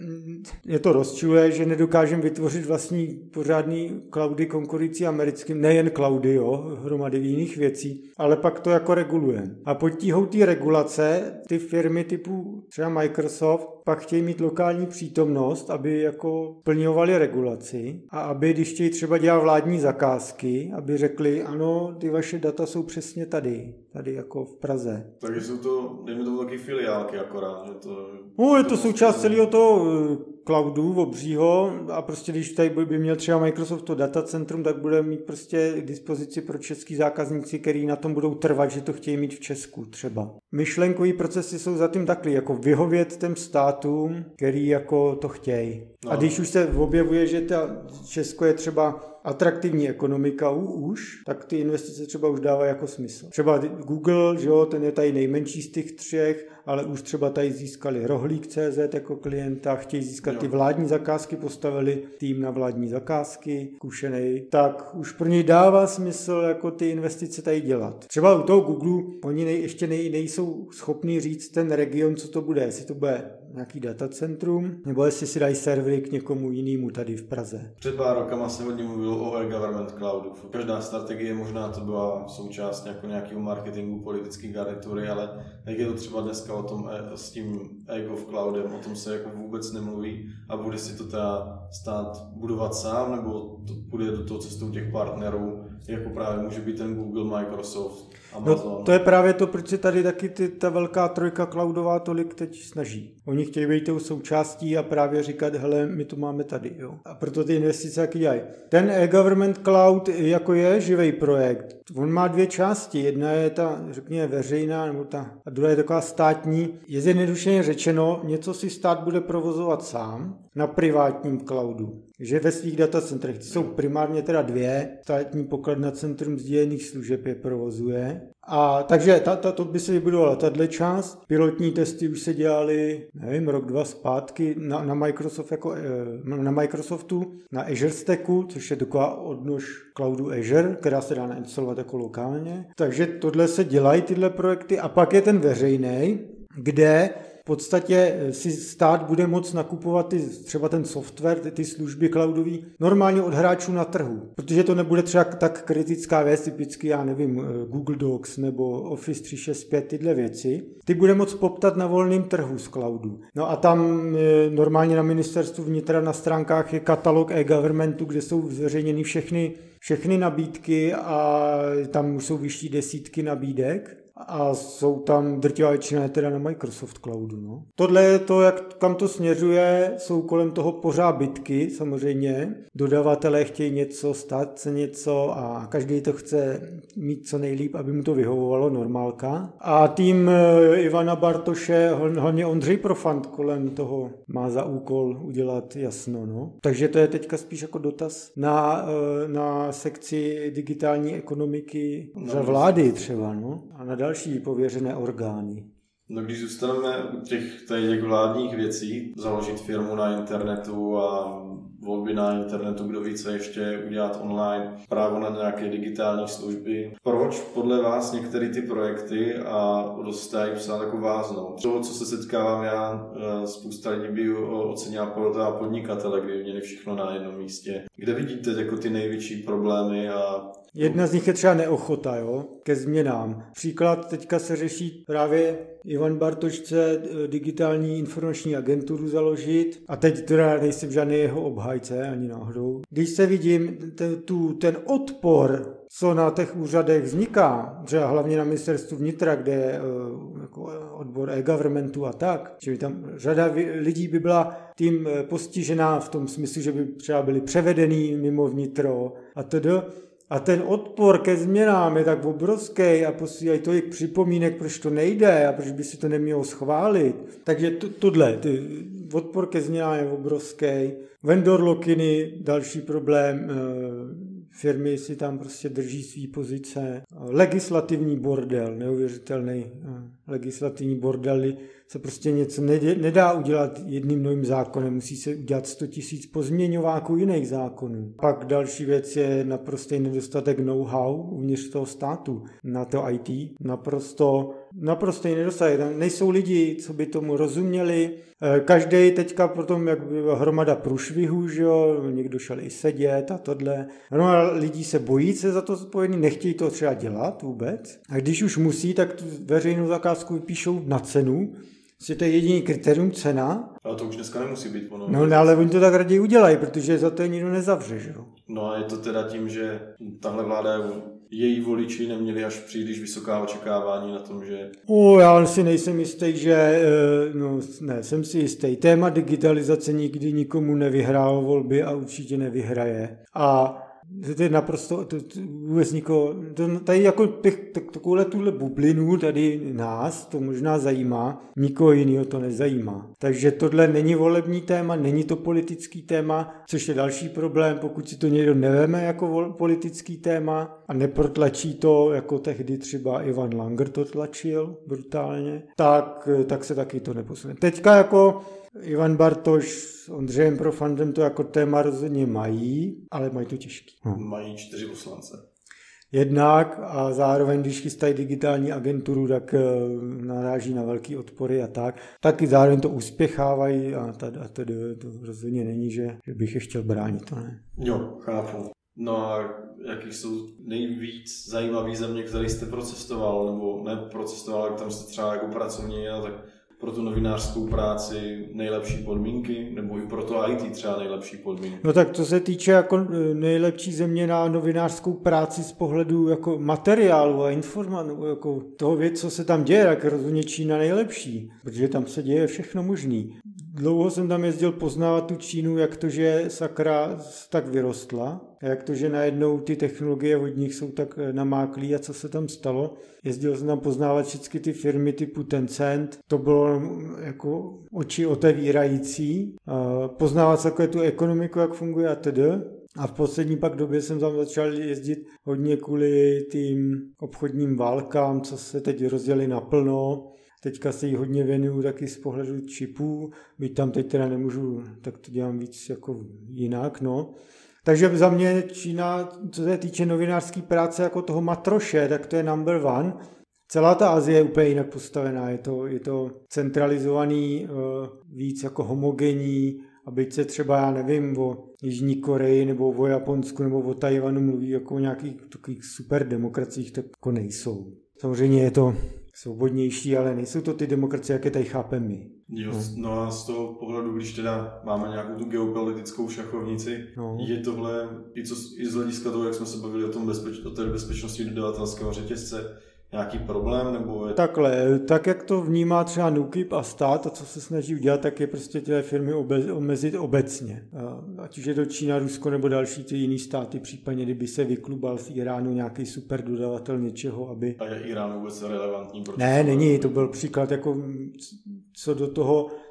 je to rozčiluje, že nedokážeme vytvořit vlastní pořádný cloudy konkurující americkým, nejen cloudy, jo, hromady jiných věcí, ale pak to jako regulujeme. A potíhou ty regulace, ty firmy typu třeba Microsoft, pak chtějí mít lokální přítomnost, aby jako plňovali regulaci a aby, když chtějí třeba dělat vládní zakázky, aby řekli, ano, ty vaše data jsou přesně tady jako v Praze. Takže jsou to, dejme tomu taky filiálky akorát. Že to, no, je to součást celého toho cloudu obřího a prostě když tady by měl třeba Microsoft to datacentrum, tak bude mít prostě k dispozici pro český zákazníci, který na tom budou trvat, že to chtějí mít v Česku třeba. Myšlenkový procesy jsou za tím takhle, jako vyhovět těm státům, který jako to chtějí. No. A když už se objevuje, že ta Česko je třeba atraktivní ekonomika už, tak ty investice třeba už dávají jako smysl. Třeba Google, že jo, ten je tady nejmenší z těch třech, ale už třeba tady získali Rohlík.cz jako klienta, chtějí získat ty vládní zakázky, postavili tým na vládní zakázky, zkušenej, tak už pro něj dává smysl jako ty investice tady dělat. Třeba u toho Google oni ještě nejsou schopní říct ten region, co to bude, jestli to bude nějaký datacentrum, nebo jestli si dají servery k někomu jinému tady v Praze. Před pár rokama se hodně mluvilo o e-government cloudu. Každá strategie možná to byla součást jako nějakého marketingu politické garnitury, ale jak je to třeba dneska o tom s tím e-gov cloudem, o tom se jako vůbec nemluví a bude si to teda stát budovat sám, nebo to půjde do toho cestou těch partnerů, jako právě může být ten Google, Microsoft, Amazon. No, to je právě to, proč se tady taky ta velká trojka cloudová tolik teď snaží. Oni chtějí být tou součástí a právě říkat, hele, my to máme tady, jo. A proto ty investice jaký dělají. Ten e-government cloud jako je živý projekt. On má dvě části. Jedna je ta, řekněme, veřejná, nebo a druhá je taková státní. Je zjednodušeně řečeno, něco si stát bude provozovat sám na privátním cloudu. Že ve svých datacentrech, jsou primárně teda dvě, státní pokladna Centrum sdílených služeb je provozuje. A takže to by se vybudovala tato část. Pilotní testy už se dělaly, nevím, rok, dva zpátky na Microsoftu, na Azure Stacku, což je taková odnož cloudu Azure, která se dá nainstalovat jako lokálně. Takže tohle se dělají tyhle projekty a pak je ten veřejný, kde v podstatě si stát bude moct nakupovat třeba ten software, ty služby cloudový normálně od hráčů na trhu. Protože to nebude třeba tak kritická věc, typicky, já nevím, Google Docs nebo Office 365, tyhle věci. Ty bude moct poptat na volném trhu z cloudu. No a tam normálně na ministerstvu vnitra na stránkách je katalog e-governmentu, kde jsou zveřejněny všechny nabídky a tam už jsou vyšší desítky nabídek. A jsou tam drtivá většina teda na Microsoft Cloudu. No. Tohle je to, kam to směřuje, jsou kolem toho pořád bitky samozřejmě. Dodavatelé chtějí něco, stát se něco a každý to chce mít co nejlíp, aby mu to vyhovovalo, normálka. A tým Ivana Bartoše, hlavně Ondřej Profant kolem toho má za úkol udělat jasno. No. Takže to je teďka spíš jako dotaz na sekci digitální ekonomiky za vlády třeba, no, a na další pověřené orgány. No když zůstaneme u těch vládních věcí, založit firmu na internetu a volby na internetu, kdo ví, co ještě udělat online, právo na nějaké digitální služby. Proč podle vás některé ty projekty a dostají psát jako váznou? Toho, co se setkávám já, spousta lidí by ocenila podnikatele, kdyby měli všechno na jednom místě. Kde vidíte jako ty největší problémy a jedna z nich je třeba neochota, ke změnám. Příklad, teďka se řeší právě Ivan Bartoš chce digitální informační agenturu založit a teď teda nejsem žádný jeho obhájce ani náhodou. Když se vidím ten odpor, co na těch úřadech vzniká, třeba hlavně na ministerstvu vnitra, kde je jako odbor e-governmentu a tak, čili tam řada lidí by byla tím postižená v tom smyslu, že by třeba byli převedený mimo vnitro a tedy. A ten odpor ke změnám je tak obrovský a posílají tolik připomínek, proč to nejde a proč by si to nemělo schválit. Takže tohle, odpor ke změnám je obrovský. Vendor lock-iny, další problém, firmy si tam prostě drží svý pozice. Legislativní bordel, neuvěřitelný legislativní bordel, se prostě něco nedá udělat jedním novým zákonem, musí se udělat 100 000 pozměňováků jiných zákonů. Pak další věc je naprostý nedostatek know-how uvnitř toho státu na to IT. Naprostý nedostatek. Tam nejsou lidi, co by tomu rozuměli. Každý teďka potom, jak by hromada průšvihů, že jo, někdo šel i sedět a tohle. No a lidí se bojí se za to zodpovědný, nechtějí to třeba dělat vůbec. A když už musí, tak tu veřejnou zakázku vypíšou na cenu. To je jediný kritérium cena. Ale to už dneska nemusí být. No ale oni to tak raději udělají, protože za to je nikdo nezavře, že jo. No a je to teda tím, že tahle vláda, její voliči neměli až příliš vysoká očekávání na tom, že... Já si nejsem jistý, že... jsem si jistý. Téma digitalizace nikdy nikomu nevyhrálo volby a určitě nevyhraje. A to je naprosto, vůbec nikoho, tady jako tuhle bublinu, tady nás, to možná zajímá, nikoho jiného to nezajímá. Takže tohle není volební téma, není to politický téma, což je další problém, pokud si to někdo neveme jako politický téma a neprotlačí to, jako tehdy třeba Ivan Langer to tlačil brutálně, tak se taky to neposune. Teďka jako Ivan Bartoš s Ondřejem Profandem to jako téma rozhodně mají, ale mají to těžký. Mají 4 poslance. Jednak a zároveň, když chystají digitální agenturu, tak naráží na velký odpory a tak. Taky zároveň to uspěchávají a tady to rozhodně není, že bych je chtěl bránit, to ne. Jo, chápu. No a jaký jsou nejvíc zajímavý země, které jste procestoval, nebo neprocestoval, ale tam jste třeba jako pracovně, tak pro tu novinářskou práci nejlepší podmínky, nebo i pro to IT třeba nejlepší podmínky? No tak co se týče jako nejlepší země na novinářskou práci z pohledu jako materiálu a jako toho věc, co se tam děje, tak rozhodně Čína nejlepší, protože tam se děje všechno možný. Dlouho jsem tam jezdil poznávat tu Čínu, jak to, že sakra tak vyrostla, a jak to, že najednou ty technologie od nich jsou tak namáklý a co se tam stalo. Jezdil jsem tam poznávat všechny ty firmy typu Tencent, to bylo jako oči otevírající, poznávat takové tu ekonomiku, jak funguje a tedy. A v poslední pak době jsem tam začal jezdit hodně kvůli tím obchodním válkám, co se teď rozjeli naplno. Teďka se jí hodně věnuju taky z pohledu čipů, byť tam teď teda nemůžu, tak to dělám víc jako jinak, no. Takže za mě Čína, co se týče novinářské práce jako toho matroše, tak to je number one. Celá ta Asie je úplně jinak postavená, je to centralizovaný, víc jako homogenní, a byť se třeba, já nevím, o Jižní Koreji nebo o Japonsku nebo o Tajvanu mluví jako o nějakých takových super demokraciích, tak jako nejsou. Samozřejmě je to svobodnější, ale nejsou to ty demokracie, jaké tady chápeme my. Jo, no a z toho pohledu, když teda máme nějakou tu geopolitickou šachovnici, je tohle i z hlediska toho, jak jsme se bavili o té bezpečnosti dodavatelského řetězce, nějaký problém, nebo je... Takhle, tak jak to vnímá třeba NÚKIB a stát a co se snaží udělat, tak je prostě tyhle firmy omezit obecně. Ať už je to Čína, Rusko nebo další ty jiný státy, případně kdyby se vyklubal z Iránu nějaký super dodavatel něčeho, aby... A je Irán vůbec relevantní? Ne, není, to byl příklad jako co do toho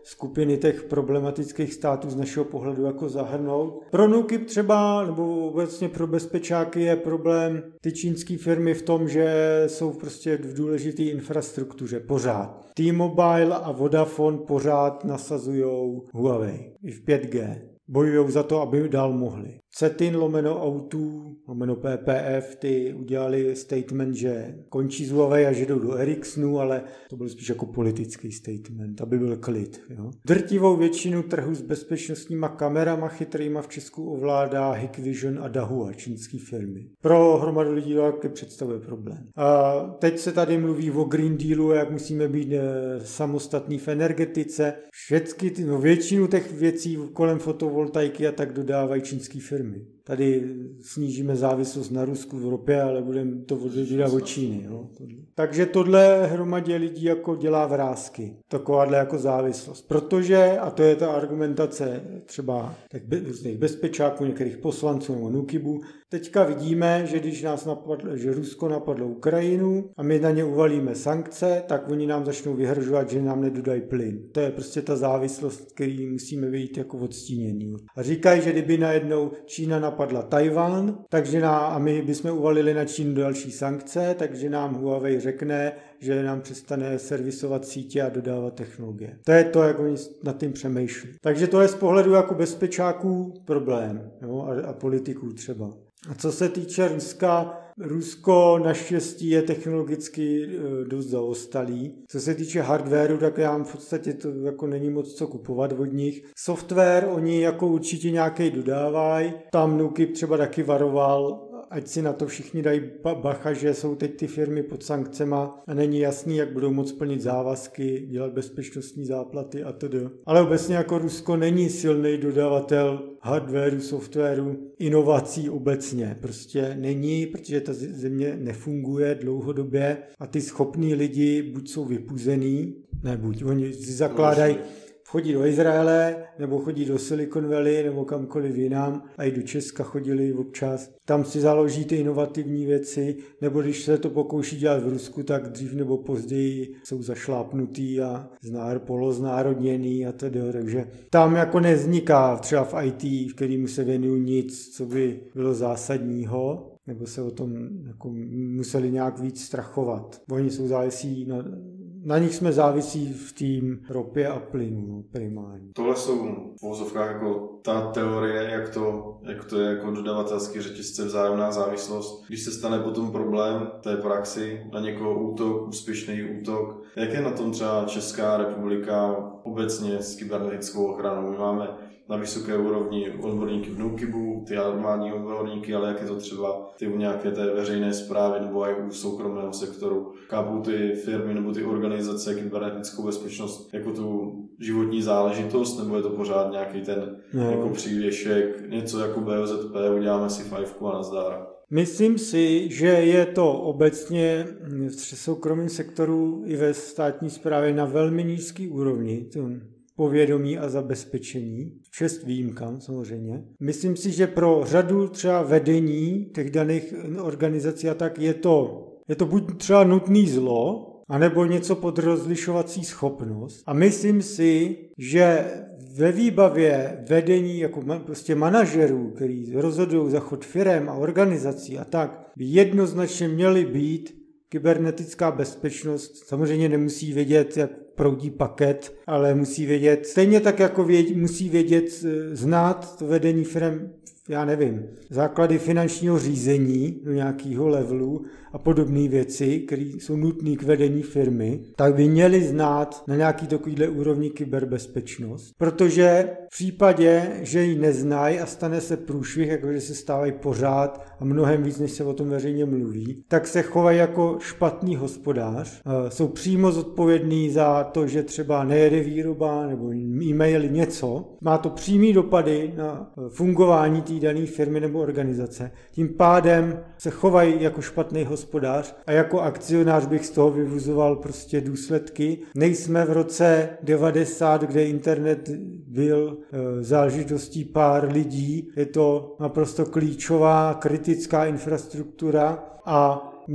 skupiny těch problematických států z našeho pohledu jako zahrnout. Pro NÚKIB třeba, nebo obecně pro bezpečáky je problém ty čínské firmy v tom, že jsou prostě v důležité infrastruktuře pořád. T-Mobile a Vodafone pořád nasazujou Huawei i v 5G. Bojují za to, aby dál mohli. Cetin /O2 PPF ty udělali statement, že končí z Huawei a že jdou do Ericssonu, ale to byl spíš jako politický statement, aby byl klid. Jo. Drtivou většinu trhu s bezpečnostníma kamerama chytrýma v Česku ovládá Hikvision a Dahua, čínský firmy. Pro hromadu lidí to představuje problém. A teď se tady mluví o Green Dealu, jak musíme být samostatní v energetice. Většinu těch věcí kolem fotovoltaiky a tak dodávají čínský firmy. Tady snížíme závislost na Rusku v Evropě, ale budeme to odvědět od Číny. Jo? Takže tohle hromadě lidí jako dělá vrásky. Takováhle jako závislost. Protože, a to je ta argumentace třeba různých bezpečáků, některých poslanců nebo NÚKIBu, teďka vidíme, že když že Rusko napadlo Ukrajinu a my na ně uvalíme sankce, tak oni nám začnou vyhrožovat, že nám nedodají plyn. To je prostě ta závislost, který musíme vyjít jako odstínění. A říkají, že kdyby najednou Čína napadla Tajván, a my bychom uvalili na Čínu další sankce, takže nám Huawei řekne, že nám přestane servisovat sítě a dodávat technologie. To je to, jak oni nad tím přemýšlí. Takže to je z pohledu jako bezpečáků problém, jo, a politiků třeba. A co se týče Rusko naštěstí je technologicky dost zaostalý. Co se týče hardwareu, tak já v podstatě to jako není moc co kupovat od nich. Software oni jako určitě nějaký dodávají. Tam NÚKIB třeba taky varoval, ať si na to všichni dají bacha, že jsou teď ty firmy pod sankcema a není jasný, jak budou moct plnit závazky, dělat bezpečnostní záplaty a td. Ale obecně jako Rusko není silný dodavatel hardwareu, softwaru, inovací obecně. Prostě není, protože ta země nefunguje dlouhodobě a ty schopní lidi buď jsou vypuzený, oni si zakládají, chodí do Izraele, nebo chodí do Silicon Valley, nebo kamkoliv jinam, a i do Česka chodili občas. Tam si založí ty inovativní věci, nebo když se to pokouší dělat v Rusku, tak dřív nebo později jsou zašlápnutý a poloznárodněný a tedy. Takže tam jako nevzniká třeba v IT, v kterému se věnují nic, co by bylo zásadního, nebo se o tom jako museli nějak víc strachovat. Oni jsou závisí na nich jsme závisí v tým ropě a plynu primárně. Tohle jsou v uvozovkách jako ta teorie, jak to je jako dodavatelský řetězce, vzájemná závislost. Když se stane potom problém té praxi, na někoho útok, úspěšný útok, jak je na tom třeba Česká republika obecně s kybernetickou ochranou? My máme na vysoké úrovni odborníky v NÚKIBu, ty armádní odborníky, ale jak je to třeba ty u nějaké té veřejné správy nebo i u soukromého sektoru. Chápou ty firmy nebo ty organizace kybernetickou bezpečnost jako tu životní záležitost, nebo je to pořád nějaký ten jako přívěšek, něco jako BOZP, uděláme si fajfku a nazdar. Myslím si, že je to obecně v soukromém sektoru i ve státní správě na velmi nízký úrovni, povědomí a zabezpečení, čest výjimkám samozřejmě. Myslím si, že pro řadu třeba vedení těch daných organizací a tak je to buď třeba nutný zlo, anebo něco pod rozlišovací schopnost. A myslím si, že ve výbavě vedení jako prostě manažerů, který rozhodují za chod firem a organizací a tak, by jednoznačně měly být kybernetická bezpečnost. Samozřejmě nemusí vědět, jak proudí paket, ale musí vědět, stejně tak jako musí vědět, znát to vedení firem, já nevím, základy finančního řízení do nějakého levelu a podobné věci, které jsou nutné k vedení firmy, tak by měli znát na nějaký takovýhle úrovni kyberbezpečnost. Protože v případě, že ji neznají a stane se průšvih, jakože se stávají pořád a mnohem víc, než se o tom veřejně mluví, tak se chovají jako špatný hospodář. Jsou přímo zodpovědní za to, že třeba nejede výroba nebo e-mail něco. Má to přímý dopady na fungování té dané firmy nebo organizace. Tím pádem se chovají jako špatný hospodář a jako akcionář bych z toho vyvozoval prostě důsledky. Nejsme v roce 90, kde internet byl záležitostí pár lidí. Je to naprosto klíčová, kritická infrastruktura a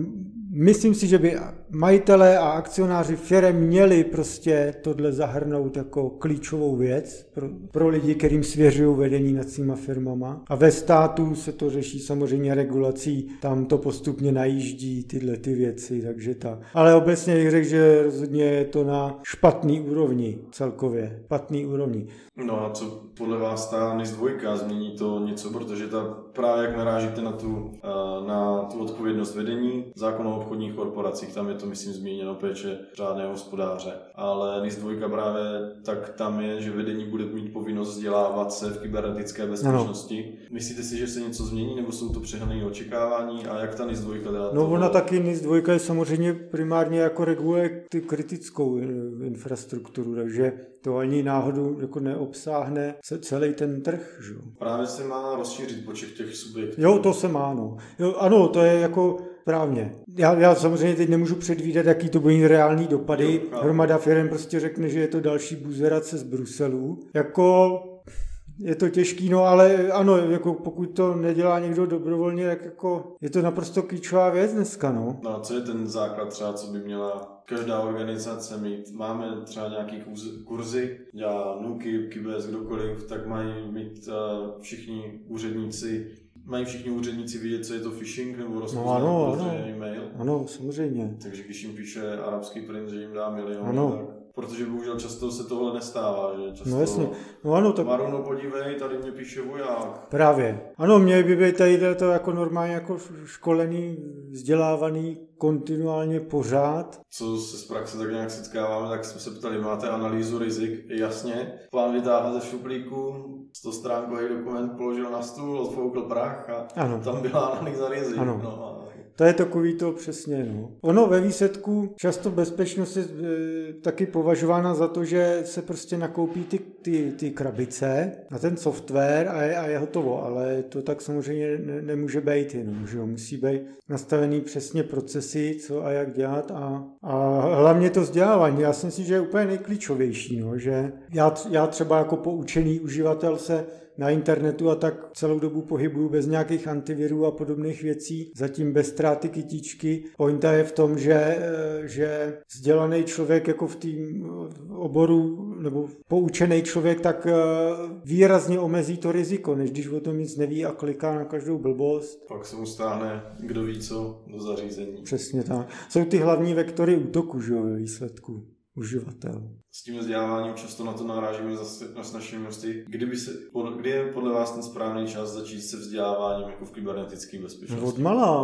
myslím si, že by majitelé a akcionáři firem měli prostě tohle zahrnout jako klíčovou věc pro lidi, kterým svěřují vedení nad svýma firmama. A ve státu se to řeší samozřejmě regulací, tam to postupně najíždí tyhle ty věci, takže tak. Ale obecně bych řekl, že rozhodně je to na špatný úrovni celkově, špatný úrovni. No a co podle vás ta NIS 2 změní to něco, protože právě jak narážíte na tu odpovědnost vedení, zákon o obchodních korporacích, tam je to myslím zmíněno péče řádného hospodáře, ale NIS 2 právě tak tam je, že vedení bude mít povinnost vzdělávat se v kybernetické bezpečnosti. Ano. Myslíte si, že se něco změní, nebo jsou to přehnané očekávání a jak ta NIS 2 dá? No ona taky NIS 2 je samozřejmě primárně jako reguluje ty kritickou infrastrukturu, takže to ani náhodou jako neobsáhne celý ten trh. Že? Právě se má rozšířit počet těch subjektů. Jo, to se má, no. Jo, ano, to je jako správně. Já samozřejmě teď nemůžu předvídat, jaký to bude reální dopady. Hromada firem prostě řekne, že je to další buzerace z Bruselu. Jako je to těžký, no ale ano, jako pokud to nedělá někdo dobrovolně, tak jako je to naprosto klíčová věc dneska, no. No a co je ten základ třeba, co by měla každá organizace mít? Máme třeba nějaký kurzy, dělá NÚKIB, KIBES, kdokoliv, tak mají mít všichni úředníci vidět, co je to phishing, nebo rozpoznat e-mail. Ano, samozřejmě. Takže když jim píše arabský princ, že jim dá milion, tak protože bohužel často se tohle nestává, že často no jasně. No ano, tak Maruno, podívej, tady mě píše voják. Právě. Ano, měli by být tady to jako normálně jako školený, vzdělávaný kontinuálně pořád. Co se z praxe tak nějak setkáváme, tak jsme se ptali, máte analýzu rizik? Jasně. Plán vytáhl ze šuplíku, 100 stránkový dokument položil na stůl, odfoukl prach a ano. Tam byla analýza rizik. Ano. No, to je takový to přesně, no. Ono ve výsledku často bezpečnost je taky považována za to, že se prostě nakoupí ty krabice na ten software a je hotovo, ale to tak samozřejmě nemůže být jenom, že jo. Musí být nastavený přesně procesy, co a jak dělat a hlavně to vzdělávání. Já si myslím, že je úplně nejklíčovější, no, že já třeba jako poučený uživatel se na internetu a tak celou dobu pohybuju bez nějakých antivirů a podobných věcí, zatím bez ztráty kytičky. Pointa je v tom, že vzdělaný člověk jako v tým oboru nebo poučený člověk tak výrazně omezí to riziko, než když o tom nic neví a kliká na každou blbost. Pak se mu stáhne kdo ví co do zařízení. Přesně tak. Jsou ty hlavní vektory útoku, že jo, ve výsledku. Uživatel. S tím vzděláváním často na to narážíme s našimi hosty. Kdy je podle vás ten správný čas začít se vzděláváním jako v kybernetické bezpečnosti? Od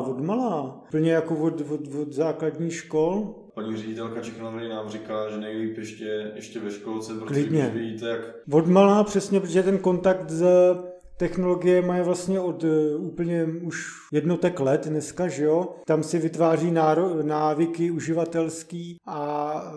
malá. Plně jako od základních škol. Paní ředitelka Čechnovny nám říkala, že nejlíp ještě ve školce, protože Klidně. když vidíte, jak... Od malá přesně, protože ten kontakt s technologie mají vlastně od úplně už jednotek let dneska, že jo? Tam si vytváří návyky uživatelský a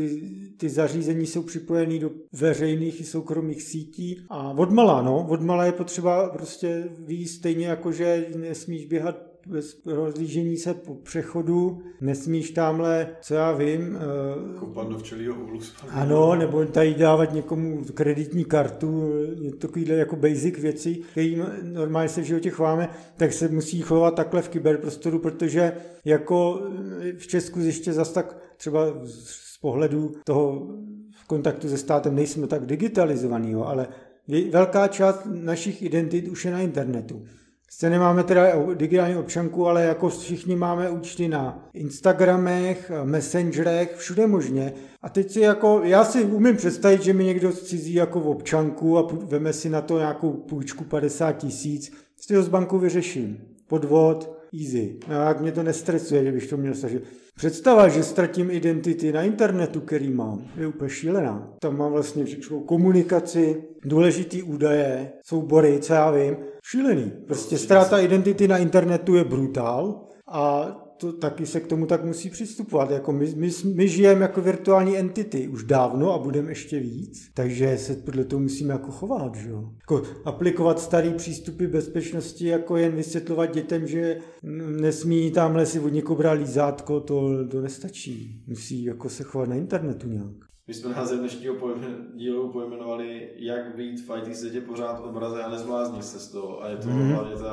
ty zařízení jsou připojený do veřejných i soukromých sítí a od malá je potřeba prostě víc stejně jako, že nesmíš běhat bez rozlížení se po přechodu, nesmíš tamhle, co já vím... Kopat do včelího úhlu. Ano, nebo tady dávat někomu kreditní kartu, takovýhle jako basic věci, kterým normálně se v životě chováme, tak se musí chovat takhle v kyberprostoru, protože jako v Česku ještě zas tak třeba z pohledu toho kontaktu se státem nejsme tak digitalizovaný, ale velká část našich identit už je na internetu. Sice nemáme teda digitální občanku, ale jako všichni máme účty na Instagramech, Messengerech, všude možně. A teď si jako, já si umím představit, že mi někdo cizí jako v občanku a veme si na to nějakou půjčku 50 000, z toho z banku vyřeším. Podvod, easy. No, jak mě to nestresuje, že bych to měl snažit. Představa, že ztratím identity na internetu, který mám, je úplně šílená. Tam mám vlastně všechno komunikaci, důležitý údaje, soubory, co já vím. Šílený. Prostě ztráta identity na internetu je brutál a to taky se k tomu tak musí přistupovat. Jako my žijeme jako virtuální entity už dávno a budeme ještě víc, takže se podle toho musíme jako chovat. Že? Jako aplikovat starý přístupy bezpečnosti, jako jen vysvětlovat dětem, že nesmí tamhle si od někoho brát lízátko, to nestačí. Musí jako se chovat na internetu nějak. My jsme název dnešního dílu pojmenovali, jak být v IT světě pořád v obraze a nezbláznit se z toho. A je to hlavně ta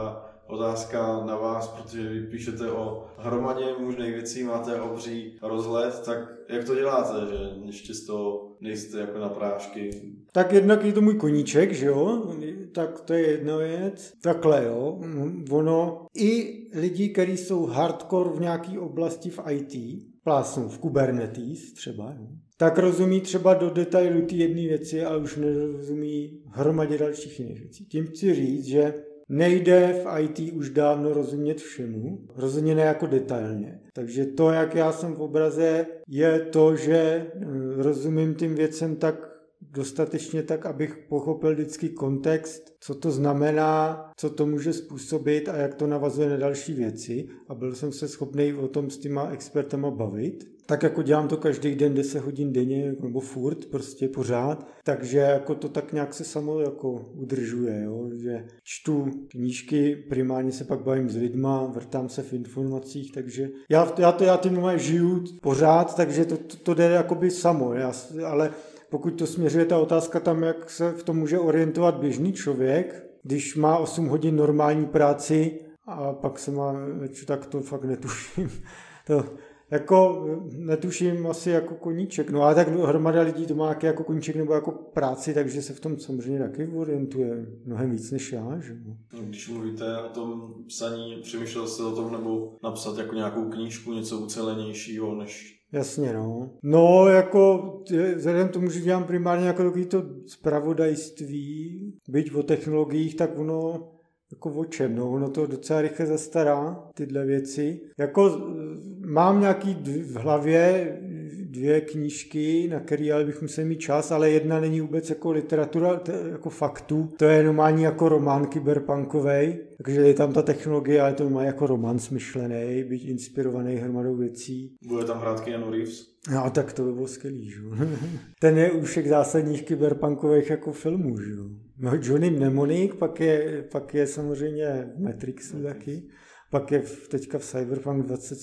otázka na vás, protože vy píšete o hromadě možných věcí, máte obří rozhled, tak jak to děláte, že ještě z toho nejste jako na prášky? Tak jednak je to můj koníček, že jo, tak to je jedna věc. Takhle jo, ono i lidi, kteří jsou hardcore v nějaké oblasti v IT, plásnou v Kubernetes třeba, jo, tak rozumí třeba do detailu ty jedné věci, ale už nerozumí hromadě dalších jiných věcí. Tím chci říct, že nejde v IT už dávno rozumět všemu, rozhodně ne jako detailně. Takže to, jak já jsem v obraze, je to, že rozumím tím věcem tak dostatečně tak, abych pochopil vždycky kontext, co to znamená, co to může způsobit a jak to navazuje na další věci. A byl jsem se schopný o tom s těma expertama bavit. Tak jako dělám to každý den 10 hodin denně, nebo furt, prostě pořád. Takže jako to tak nějak se samo jako udržuje, jo? Že čtu knížky, primárně se pak bavím s lidma, vrtám se v informacích, takže já tím žiju pořád, takže to jde jakoby samo, ale pokud to směřuje ta otázka tam, jak se v tom může orientovat běžný člověk, když má 8 hodin normální práci a pak se má, tak to fakt netuším. To jako netuším asi jako koníček, no ale tak hromada lidí to má jako koníček nebo jako práci, takže se v tom samozřejmě taky orientuje mnohem víc než já, že? Když mluvíte o tom psaní, přemýšlel jste o tom nebo napsat jako nějakou knížku, něco ucelenějšího než... Jasně, no. No, jako vzhledem tomu, že dělám primárně jako takovýto zpravodajství, byť o technologiích, tak ono jako o čem, no, ono to docela rychle zastará, tyhle věci. Jako mám nějaký v hlavě 2 knížky, na které ale bych musel mít čas, ale jedna není vůbec jako literatura, jako faktu. To je normální jako román kyberpunkovej, takže je tam ta technologie, ale to má jako román smyšlený, být inspirovaný hromadou věcí. Bude tam hrát Keanu Reeves? No, tak to by bylo skvělý, že? Ten je u všech zásadních kyberpunkových jako filmů, že? No, Johnny Mnemonic, pak je samozřejmě Matrixu taky, pak je teďka v Cyberpunk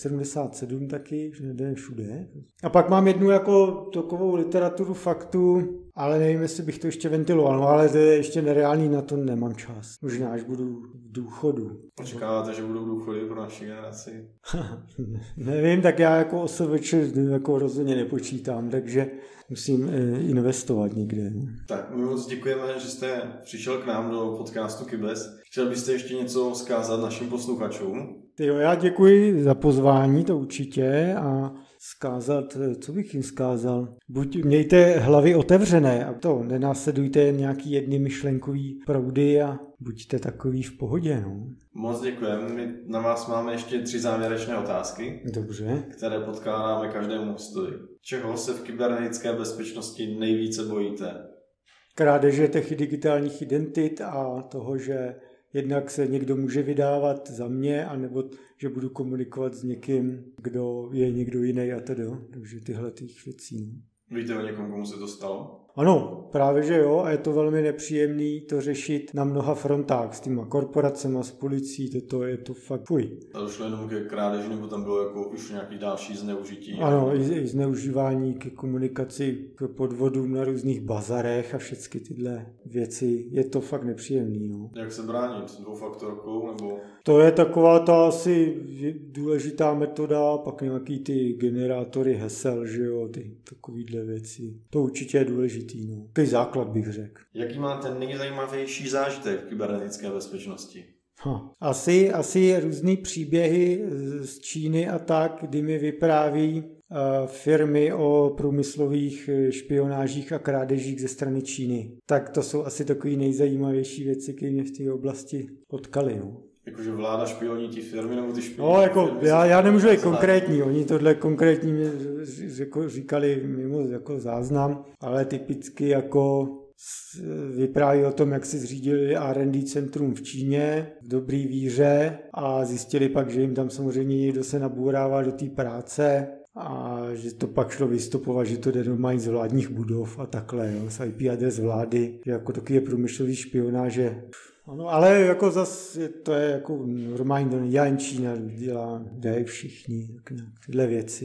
2077 taky, že jde všude. A pak mám jednu jako takovou literaturu faktu, ale nevím, jestli bych to ještě ventiloval, no ale to je ještě nereálný, na to nemám čas. Možná, až budu v důchodu. Očekáváte, že budou důchody pro naši generaci? Nevím, tak já jako OSVČ jako rozhodně nepočítám, takže musím investovat někde. Tak, my moc děkujeme, že jste přišel k nám do podcastu Kybes. Chtěl byste ještě něco vzkázat našim posluchačům? Jo, já děkuji za pozvání, to určitě, a vzkázat, co bych jim vzkázal. Buď mějte hlavy otevřené a to nenásledujte nějaký jedny myšlenkový proudy a buďte takový v pohodě. No. Moc děkujeme. My na vás máme ještě 3 závěrečné otázky, Dobře. Které podkládáme každému hostovi. Čeho se v kybernetické bezpečnosti nejvíce bojíte? Krádeže těch digitálních identit a toho, že jednak se někdo může vydávat za mě, anebo že budu komunikovat s někým, kdo je někdo jiný a tedy. Takže tyhle těch věcí. Víte o někom, komu se to stalo? Ano, právě že jo, a je to velmi nepříjemný to řešit na mnoha frontách s těma korporacema, s policií, je to fakt fuj. A došlo jenom ke krádeži, nebo tam bylo jako už nějaký další zneužití? Ano, i zneužívání ke komunikaci, k podvodům na různých bazarech a všechny tyhle věci. Je to fakt nepříjemný. No. Jak se bránit? 2faktorkou nebo... To je taková ta asi důležitá metoda, pak nějaký ty generátory hesel, že jo, ty takovýhle věci. To určitě je důležitý. No. Takový základ bych řekl. Jaký máte nejzajímavější zážitek v kybernetické bezpečnosti? Asi různý příběhy z Číny a tak, kdy mi vypráví firmy o průmyslových špionážích a krádežích ze strany Číny. Tak to jsou asi takové nejzajímavější věci, které mě v té oblasti potkaly. No. Jakože vláda špioní ty firmy nebo ty špioni? No, jako já nemůžu být konkrétní, oni tohle konkrétní mě říkali mimo jako záznam, ale typicky jako vypráví o tom, jak si zřídili R&D centrum v Číně v dobrý víře a zjistili pak, že jim tam samozřejmě někdo se nabourává do té práce a že to pak šlo vystupovat, že to jde normálně z vládních budov a takhle, jo, z IP adres vlády, že jako taky je průmyslový špionáže. Ano, ale jako zase to je jako normální, to nedělá jen Čína, dělají všichni, tak tyhle věci.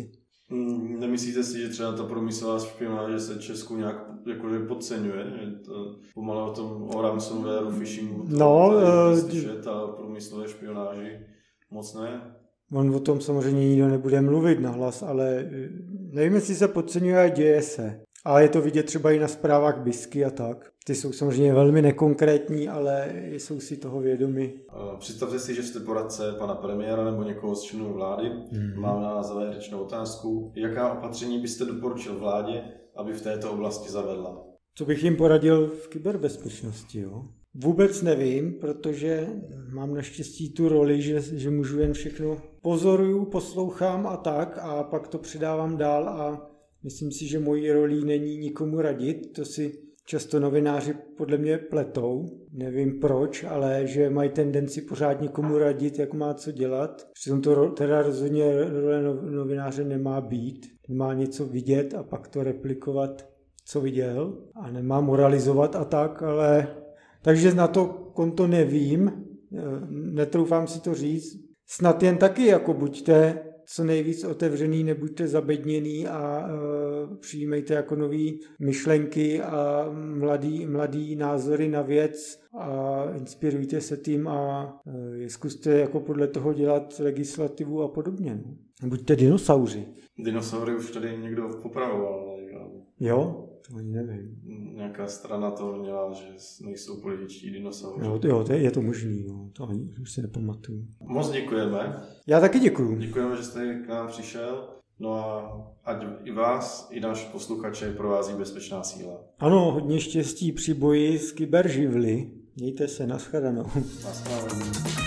Nemyslíte si, že třeba ta průmyslová špionáže se Česku nějak jakože podceňuje? Pomalu o ransomwareu, phishingu, slyšet a průmyslové špionáži moc ne? On o tom samozřejmě nikdo nebude mluvit nahlas, ale nevím, jestli se podceňuje a děje se. A je to vidět třeba i na zprávách BISky a tak. Ty jsou samozřejmě velmi nekonkrétní, ale jsou si toho vědomi. Představte si, že jste poradce pana premiéra nebo někoho z členů vlády. Mám na závěrečnou otázku. Jaká opatření byste doporučil vládě, aby v této oblasti zavedla? Co bych jim poradil v kyberbezpečnosti, jo? Vůbec nevím, protože mám naštěstí tu roli, že můžu jen všechno pozoruju, poslouchám a tak a pak to předávám dál a myslím si, že mojí rolí není nikomu radit. To si často novináři podle mě pletou. Nevím proč, ale že mají tendenci pořád někomu radit, jak má co dělat. Přitom to teda rozhodně role novináře nemá být. Má něco vidět a pak to replikovat, co viděl. A nemá moralizovat a tak, ale... Takže na to konto nevím. Netroufám si to říct. Snad jen taky, jako buďte co nejvíc otevřený, nebuďte zabedněný a přijímejte jako nový myšlenky a mladý názory na věc a inspirujte se tím a zkuste jako podle toho dělat legislativu a podobně. Buďte dinosauři. Dinosaury už tady někdo popravoval. Jo? To ani nevím. Nějaká strana to měla, že nejsou političtí dinosauři. Jo, je to možný, no. To ani už si nepamatuju. Moc děkujeme. Já taky děkuju. Děkujeme, že jste k nám přišel. No a ať i vás, i naši posluchače provází bezpečná síla. Ano, hodně štěstí při boji s kyberživly. Mějte se, nashledanou. Nashledanou.